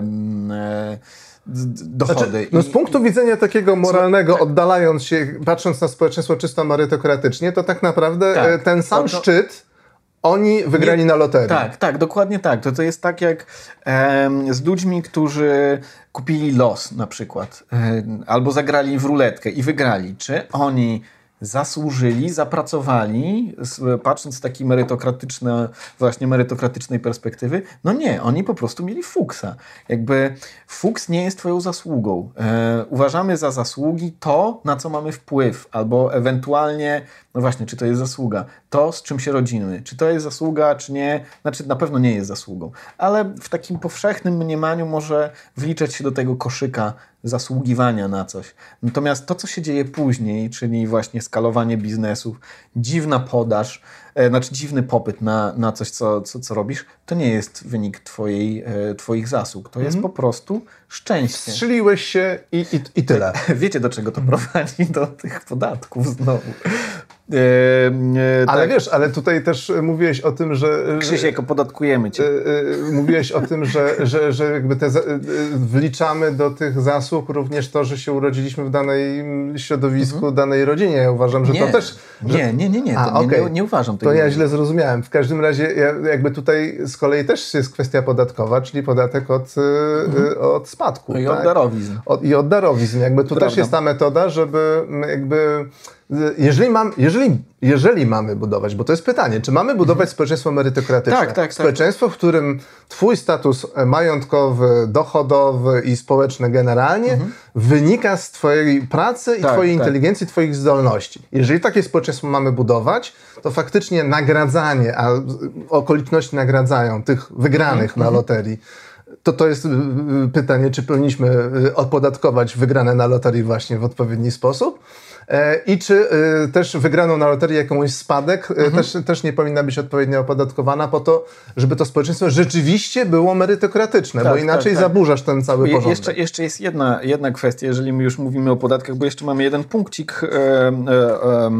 e, dochody. Znaczy, no z punktu widzenia takiego moralnego, co, oddalając się, patrząc na społeczeństwo czysto merytokratycznie, to tak naprawdę tak, ten sam to, to, szczyt oni wygrali nie, na loterii. Tak, tak, dokładnie tak. To, to jest tak jak e, z ludźmi, którzy kupili los na przykład, e, albo zagrali w ruletkę i wygrali. Czy oni zasłużyli, zapracowali, patrząc z takiej merytokratycznej, właśnie merytokratycznej perspektywy? No nie, oni po prostu mieli fuksa. Jakby fuks nie jest twoją zasługą. E, uważamy za zasługi to, na co mamy wpływ, albo ewentualnie, no właśnie, czy to jest zasługa, to, z czym się rodzimy, czy to jest zasługa, czy nie, znaczy na pewno nie jest zasługą, ale w takim powszechnym mniemaniu może wliczać się do tego koszyka zasługiwania na coś. Natomiast to, co się dzieje później, czyli właśnie skalowanie biznesów, dziwna podaż, e, znaczy dziwny popyt na, na coś, co, co, co robisz, to nie jest wynik twojej, e, twoich zasług. To mm. jest po prostu szczęście. Strzeliłeś się i, i, i tyle. Wiecie, do czego to prowadzi? Do tych podatków znowu. E, e, ale tak. wiesz, ale tutaj też mówiłeś o tym, że... Krzysiek, opodatkujemy cię. E, e, mówiłeś o tym, że, że, że jakby te, e, wliczamy do tych zasług również to, że się urodziliśmy w danym środowisku, mhm. danej rodzinie. Ja uważam, że nie, to też... Że... Nie, nie, nie, nie. To A, nie, okay. nie, nie uważam tego. To ja źle zrozumiałem. W każdym razie ja, jakby tutaj z kolei też jest kwestia podatkowa, czyli podatek od, mhm. od spadku. I tak? od darowizn. Od, I od darowizn. Jakby tu Prawda. też jest ta metoda, żeby jakby... Jeżeli, mam, jeżeli, jeżeli mamy budować, bo to jest pytanie, czy mamy budować mhm. społeczeństwo merytokratyczne? Tak, tak, społeczeństwo, tak. w którym twój status majątkowy, dochodowy i społeczny generalnie mhm. wynika z twojej pracy i tak, twojej tak. inteligencji, twoich zdolności. Jeżeli takie społeczeństwo mamy budować, to faktycznie nagradzanie, a okoliczności nagradzają tych wygranych mhm. na loterii, to to jest pytanie, czy powinniśmy opodatkować wygrane na loterii właśnie w odpowiedni sposób. I czy y, też wygraną na loterii jakąś spadek mhm. też, też nie powinna być odpowiednio opodatkowana po to, żeby to społeczeństwo rzeczywiście było merytokratyczne, tak, bo inaczej tak, tak. zaburzasz ten cały porządek. Je, jeszcze, jeszcze jest jedna, jedna kwestia, jeżeli my już mówimy o podatkach, bo jeszcze mamy jeden punkcik e, e,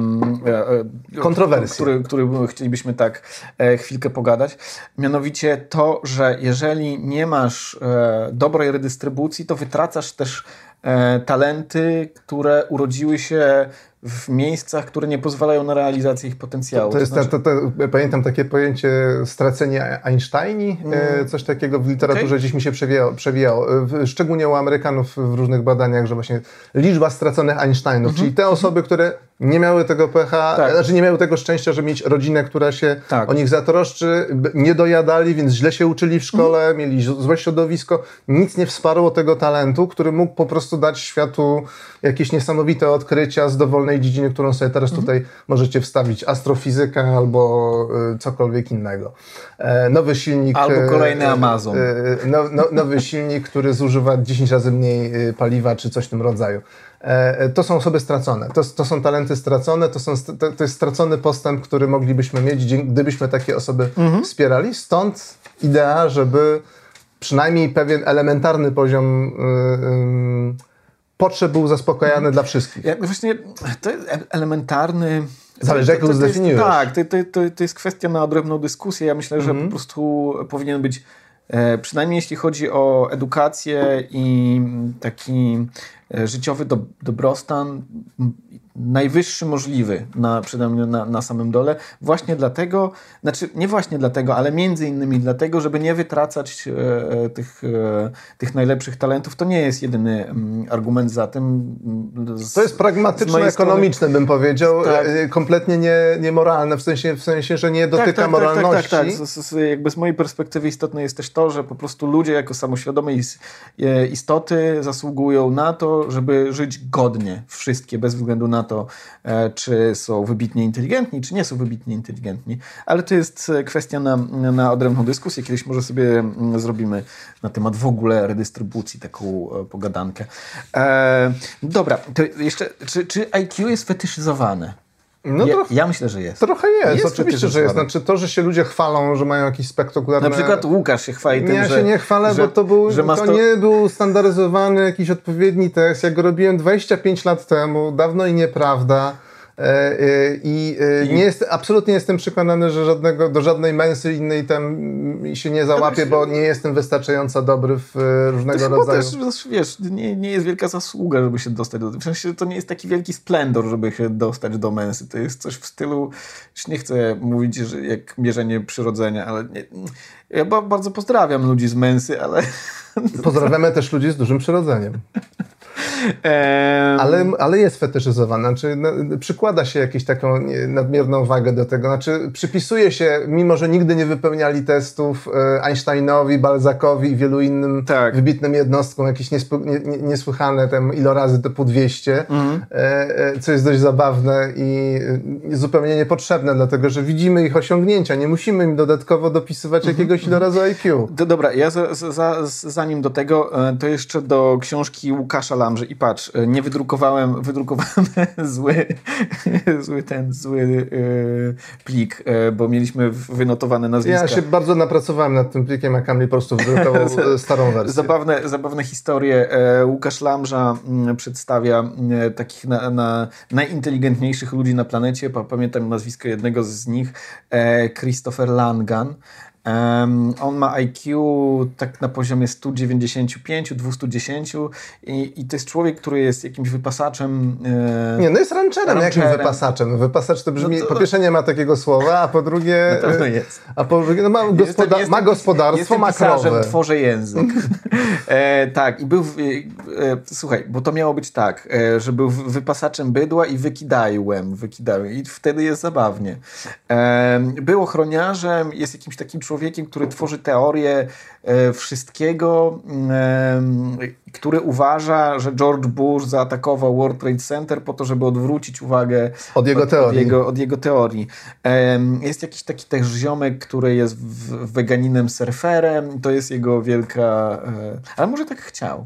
e, kontrowersji, który, który chcielibyśmy tak e, chwilkę pogadać. Mianowicie to, że jeżeli nie masz e, dobrej redystrybucji, to wytracasz też E, talenty, które urodziły się w miejscach, które nie pozwalają na realizację ich potencjału. To, to jest, to znaczy... to, to, pamiętam takie pojęcie stracenie Einsteini, mm. e, coś takiego w literaturze okay. gdzieś mi się przewijało, przewijało. Szczególnie u Amerykanów w różnych badaniach, że właśnie liczba straconych Einsteinów, mm-hmm. czyli te osoby, które nie miały tego pecha, tak. znaczy nie miały tego szczęścia, żeby mieć rodzinę, która się tak. o nich zatroszczy, nie dojadali, więc źle się uczyli w szkole, mm. mieli złe środowisko, nic nie wsparło tego talentu, który mógł po prostu dać światu jakieś niesamowite odkrycia z dowolnej dziedziny, którą sobie teraz mm. tutaj możecie wstawić, astrofizyka albo y, cokolwiek innego. E, nowy silnik... Albo kolejny e, Amazon. E, no, no, nowy silnik, który zużywa dziesięć razy mniej paliwa, czy coś w tym rodzaju. To są osoby stracone. To, to są talenty stracone, to, są, to, to jest stracony postęp, który moglibyśmy mieć, gdybyśmy takie osoby mhm. wspierali. Stąd idea, żeby przynajmniej pewien elementarny poziom yy, yy, potrzeb był zaspokojany mhm. dla wszystkich. Ja, właśnie to jest elementarny Zależy, jak to, ją to, to jest, zdefiniujesz. Tak, to, to, to, to jest kwestia na odrębną dyskusję. Ja myślę, że mm. po prostu powinien być, e, przynajmniej jeśli chodzi o edukację i taki e, życiowy do, dobrostan, m, najwyższy możliwy na, przynajmniej na, na samym dole. Właśnie dlatego, znaczy nie właśnie dlatego, ale między innymi dlatego, żeby nie wytracać e, tych, e, tych najlepszych talentów. To nie jest jedyny m, argument za tym. Z, to jest pragmatyczno-ekonomiczne, strony, bym powiedział. Tak. Kompletnie nie, niemoralne, w sensie, w sensie, że nie dotyka tak, tak, moralności. Tak, tak, tak. tak. Z, z, jakby z mojej perspektywy istotne jest też to, że po prostu ludzie jako samoświadome istoty zasługują na to, żeby żyć godnie. Wszystkie, bez względu na to, czy są wybitnie inteligentni, czy nie są wybitnie inteligentni. Ale to jest kwestia na, na odrębną dyskusję. Kiedyś może sobie zrobimy na temat w ogóle redystrybucji taką pogadankę. E, dobra, to jeszcze, czy, czy I Q jest fetyszyzowane? No ja, trochę, ja myślę, że jest. Trochę jest, jest oczywiście, że jest. Znaczy to, że się ludzie chwalą, że mają jakieś spektakularne... Na przykład Łukasz się chwali tym, ja że... Ja się nie chwalę, że, bo to, był, to sto... nie był standaryzowany jakiś odpowiedni tekst. Ja go robiłem dwadzieścia pięć lat temu, dawno i nieprawda. I, I nie jest, absolutnie jestem przekonany, że żadnego, do żadnej mensy innej tam się nie załapię, bo nie jestem wystarczająco dobry w różnego to rodzaju... też, wiesz, nie, nie jest wielka zasługa, żeby się dostać do... W sensie, to nie jest taki wielki splendor, żeby się dostać do mensy. To jest coś w stylu... Już nie chcę mówić, że jak mierzenie przyrodzenia, ale... Nie, ja bardzo pozdrawiam ludzi z mensy, ale... Pozdrawiamy też ludzi z dużym przyrodzeniem. Ale, ale jest fetyszyzowane, znaczy no, przykłada się jakąś taką nadmierną wagę do tego, znaczy przypisuje się, mimo że nigdy nie wypełniali testów Einsteinowi, Balzacowi i wielu innym tak. wybitnym jednostkom, jakieś niesp- nie, nie, niesłychane tam ilorazy typu dwieście, mhm. e, co jest dość zabawne i zupełnie niepotrzebne, dlatego że widzimy ich osiągnięcia, nie musimy im dodatkowo dopisywać mhm. jakiegoś ilorazu I Q. Do, dobra, ja za, za, zanim do tego, to jeszcze do książki Łukasza Lamży. I patrz, nie wydrukowałem, wydrukowałem zły, zły ten, zły yy, plik, yy, bo mieliśmy wynotowane nazwiska. Ja się bardzo napracowałem nad tym plikiem, a Kamil po prostu wydrukował starą wersję. Zabawne, zabawne historie. Łukasz Lamża przedstawia takich na, na najinteligentniejszych ludzi na planecie. Pamiętam nazwisko jednego z nich, Christopher Langan. Um, on ma I Q tak na poziomie sto dziewięćdziesiąt pięć, dwieście dziesięć i, i to jest człowiek, który jest jakimś wypasaczem. E, nie, no jest rancherem, jakim wypasaczem. Wypasacz to brzmi, no to, po pierwsze nie ma takiego słowa, a po drugie... Na pewno jest. A po drugie, no ma, gospoda- jestem, ma gospodarstwo, jestem ma krowę. Tworzę język. e, tak, i był... E, słuchaj, bo to miało być tak, e, że był wypasaczem bydła i wykidałem, wykidałem i wtedy jest zabawnie. E, był ochroniarzem, jest jakimś takim człowiekiem, który tworzy teorię e, wszystkiego, e, który uważa, że George Bush zaatakował World Trade Center po to, żeby odwrócić uwagę od jego od, teorii. Od jego, od jego teorii. E, jest jakiś taki też ziomek, który jest w, weganinem surferem. To jest jego wielka... E, ale może tak chciał.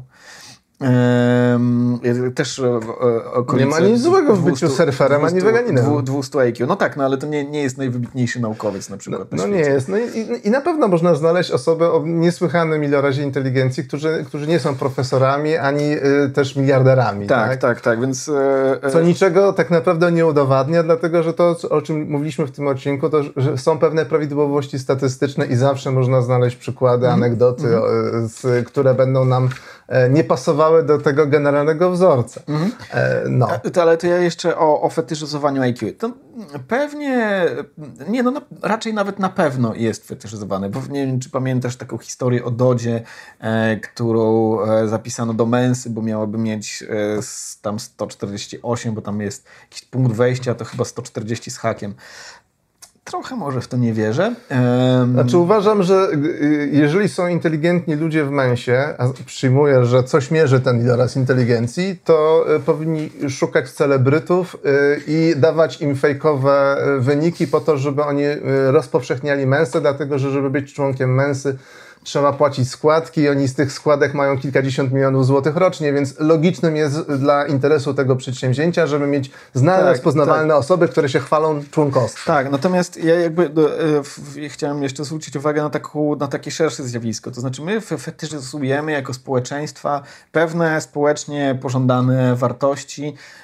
Ehm, też e, okolice... Nie ma nic złego w byciu surferem, dwieście, ani weganinem. dwieście I Q. No tak, no ale to nie, nie jest najwybitniejszy naukowiec na przykład. No, na no nie jest. No i, i na pewno można znaleźć osoby o niesłychanym ilorazie inteligencji, którzy, którzy nie są profesorami, ani y, też miliarderami. Tak, tak, tak, tak. Więc, e, Co niczego tak naprawdę nie udowadnia, dlatego że to, o czym mówiliśmy w tym odcinku, to że są pewne prawidłowości statystyczne i zawsze można znaleźć przykłady, mm. anegdoty, mm. z, które będą nam nie pasowały do tego generalnego wzorca. Mhm. No. To, ale to ja jeszcze o, o fetyszyzowaniu I Q. To pewnie, nie no, no, raczej nawet na pewno jest fetyszyzowane, bo nie wiem, czy pamiętasz taką historię o Dodzie, e, którą e, zapisano do mensy, bo miałaby mieć e, tam sto czterdzieści osiem, bo tam jest jakiś punkt wejścia, to chyba sto czterdzieści z hakiem. Trochę może w to nie wierzę. Um... Znaczy uważam, że jeżeli są inteligentni ludzie w mensie, a przyjmuję, że coś mierzy ten iloraz inteligencji, to powinni szukać celebrytów i dawać im fejkowe wyniki po to, żeby oni rozpowszechniali mensę, dlatego że żeby być członkiem mensy, trzeba płacić składki i oni z tych składek mają kilkadziesiąt milionów złotych rocznie, więc logicznym jest dla interesu tego przedsięwzięcia, żeby mieć znane, tak, rozpoznawalne tak. osoby, które się chwalą członkostwem. Tak, natomiast ja jakby e, chciałem jeszcze zwrócić uwagę na, taką, na takie szersze zjawisko. To znaczy my fetyszyzujemy jako społeczeństwa pewne społecznie pożądane wartości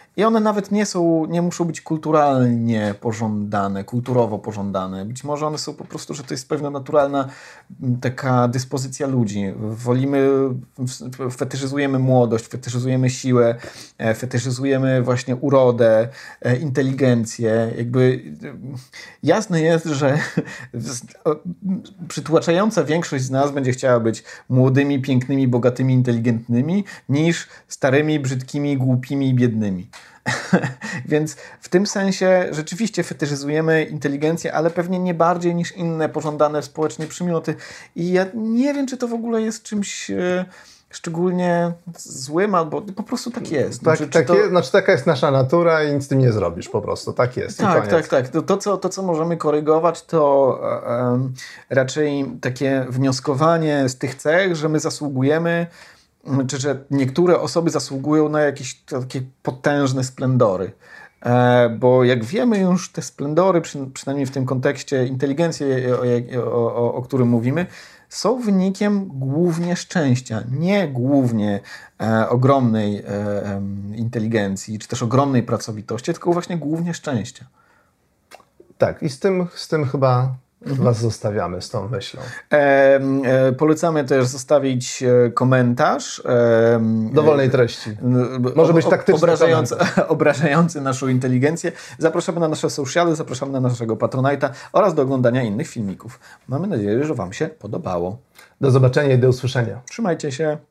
I one nawet nie są, nie muszą być kulturalnie pożądane, kulturowo pożądane. Być może one są po prostu, że to jest pewna naturalna taka dyspozycja ludzi. Wolimy, fetyszyzujemy młodość, fetyszyzujemy siłę, fetyszyzujemy właśnie urodę, inteligencję. Jakby jasne jest, że przytłaczająca większość z nas będzie chciała być młodymi, pięknymi, bogatymi, inteligentnymi, niż starymi, brzydkimi, głupimi i biednymi. Więc w tym sensie rzeczywiście fetyszyzujemy inteligencję, ale pewnie nie bardziej niż inne pożądane społecznie przymioty. I ja nie wiem, czy to w ogóle jest czymś e, szczególnie złym, albo po prostu tak jest. Tak, czy, tak czy to... jest, znaczy taka jest nasza natura i nic z tym nie zrobisz po prostu. Tak jest. Tak, tak, tak. To, to, co, to, co możemy korygować, to um, raczej takie wnioskowanie z tych cech, że my zasługujemy, czy że niektóre osoby zasługują na jakieś takie potężne splendory. E, bo jak wiemy już, te splendory, przy, przynajmniej w tym kontekście inteligencji, o, o, o, o którym mówimy, są wynikiem głównie szczęścia, nie głównie e, ogromnej e, e, inteligencji, czy też ogromnej pracowitości, tylko właśnie głównie szczęścia. Tak, i z tym, z tym chyba mhm. Was zostawiamy, z tą myślą. E, e, polecamy też zostawić komentarz. E, Dowolnej treści. E, Może być taktyczny obrażający, obrażający naszą inteligencję. Zapraszamy na nasze sociale, zapraszamy na naszego Patronite'a oraz do oglądania innych filmików. Mamy nadzieję, że Wam się podobało. Do zobaczenia i do usłyszenia. Trzymajcie się.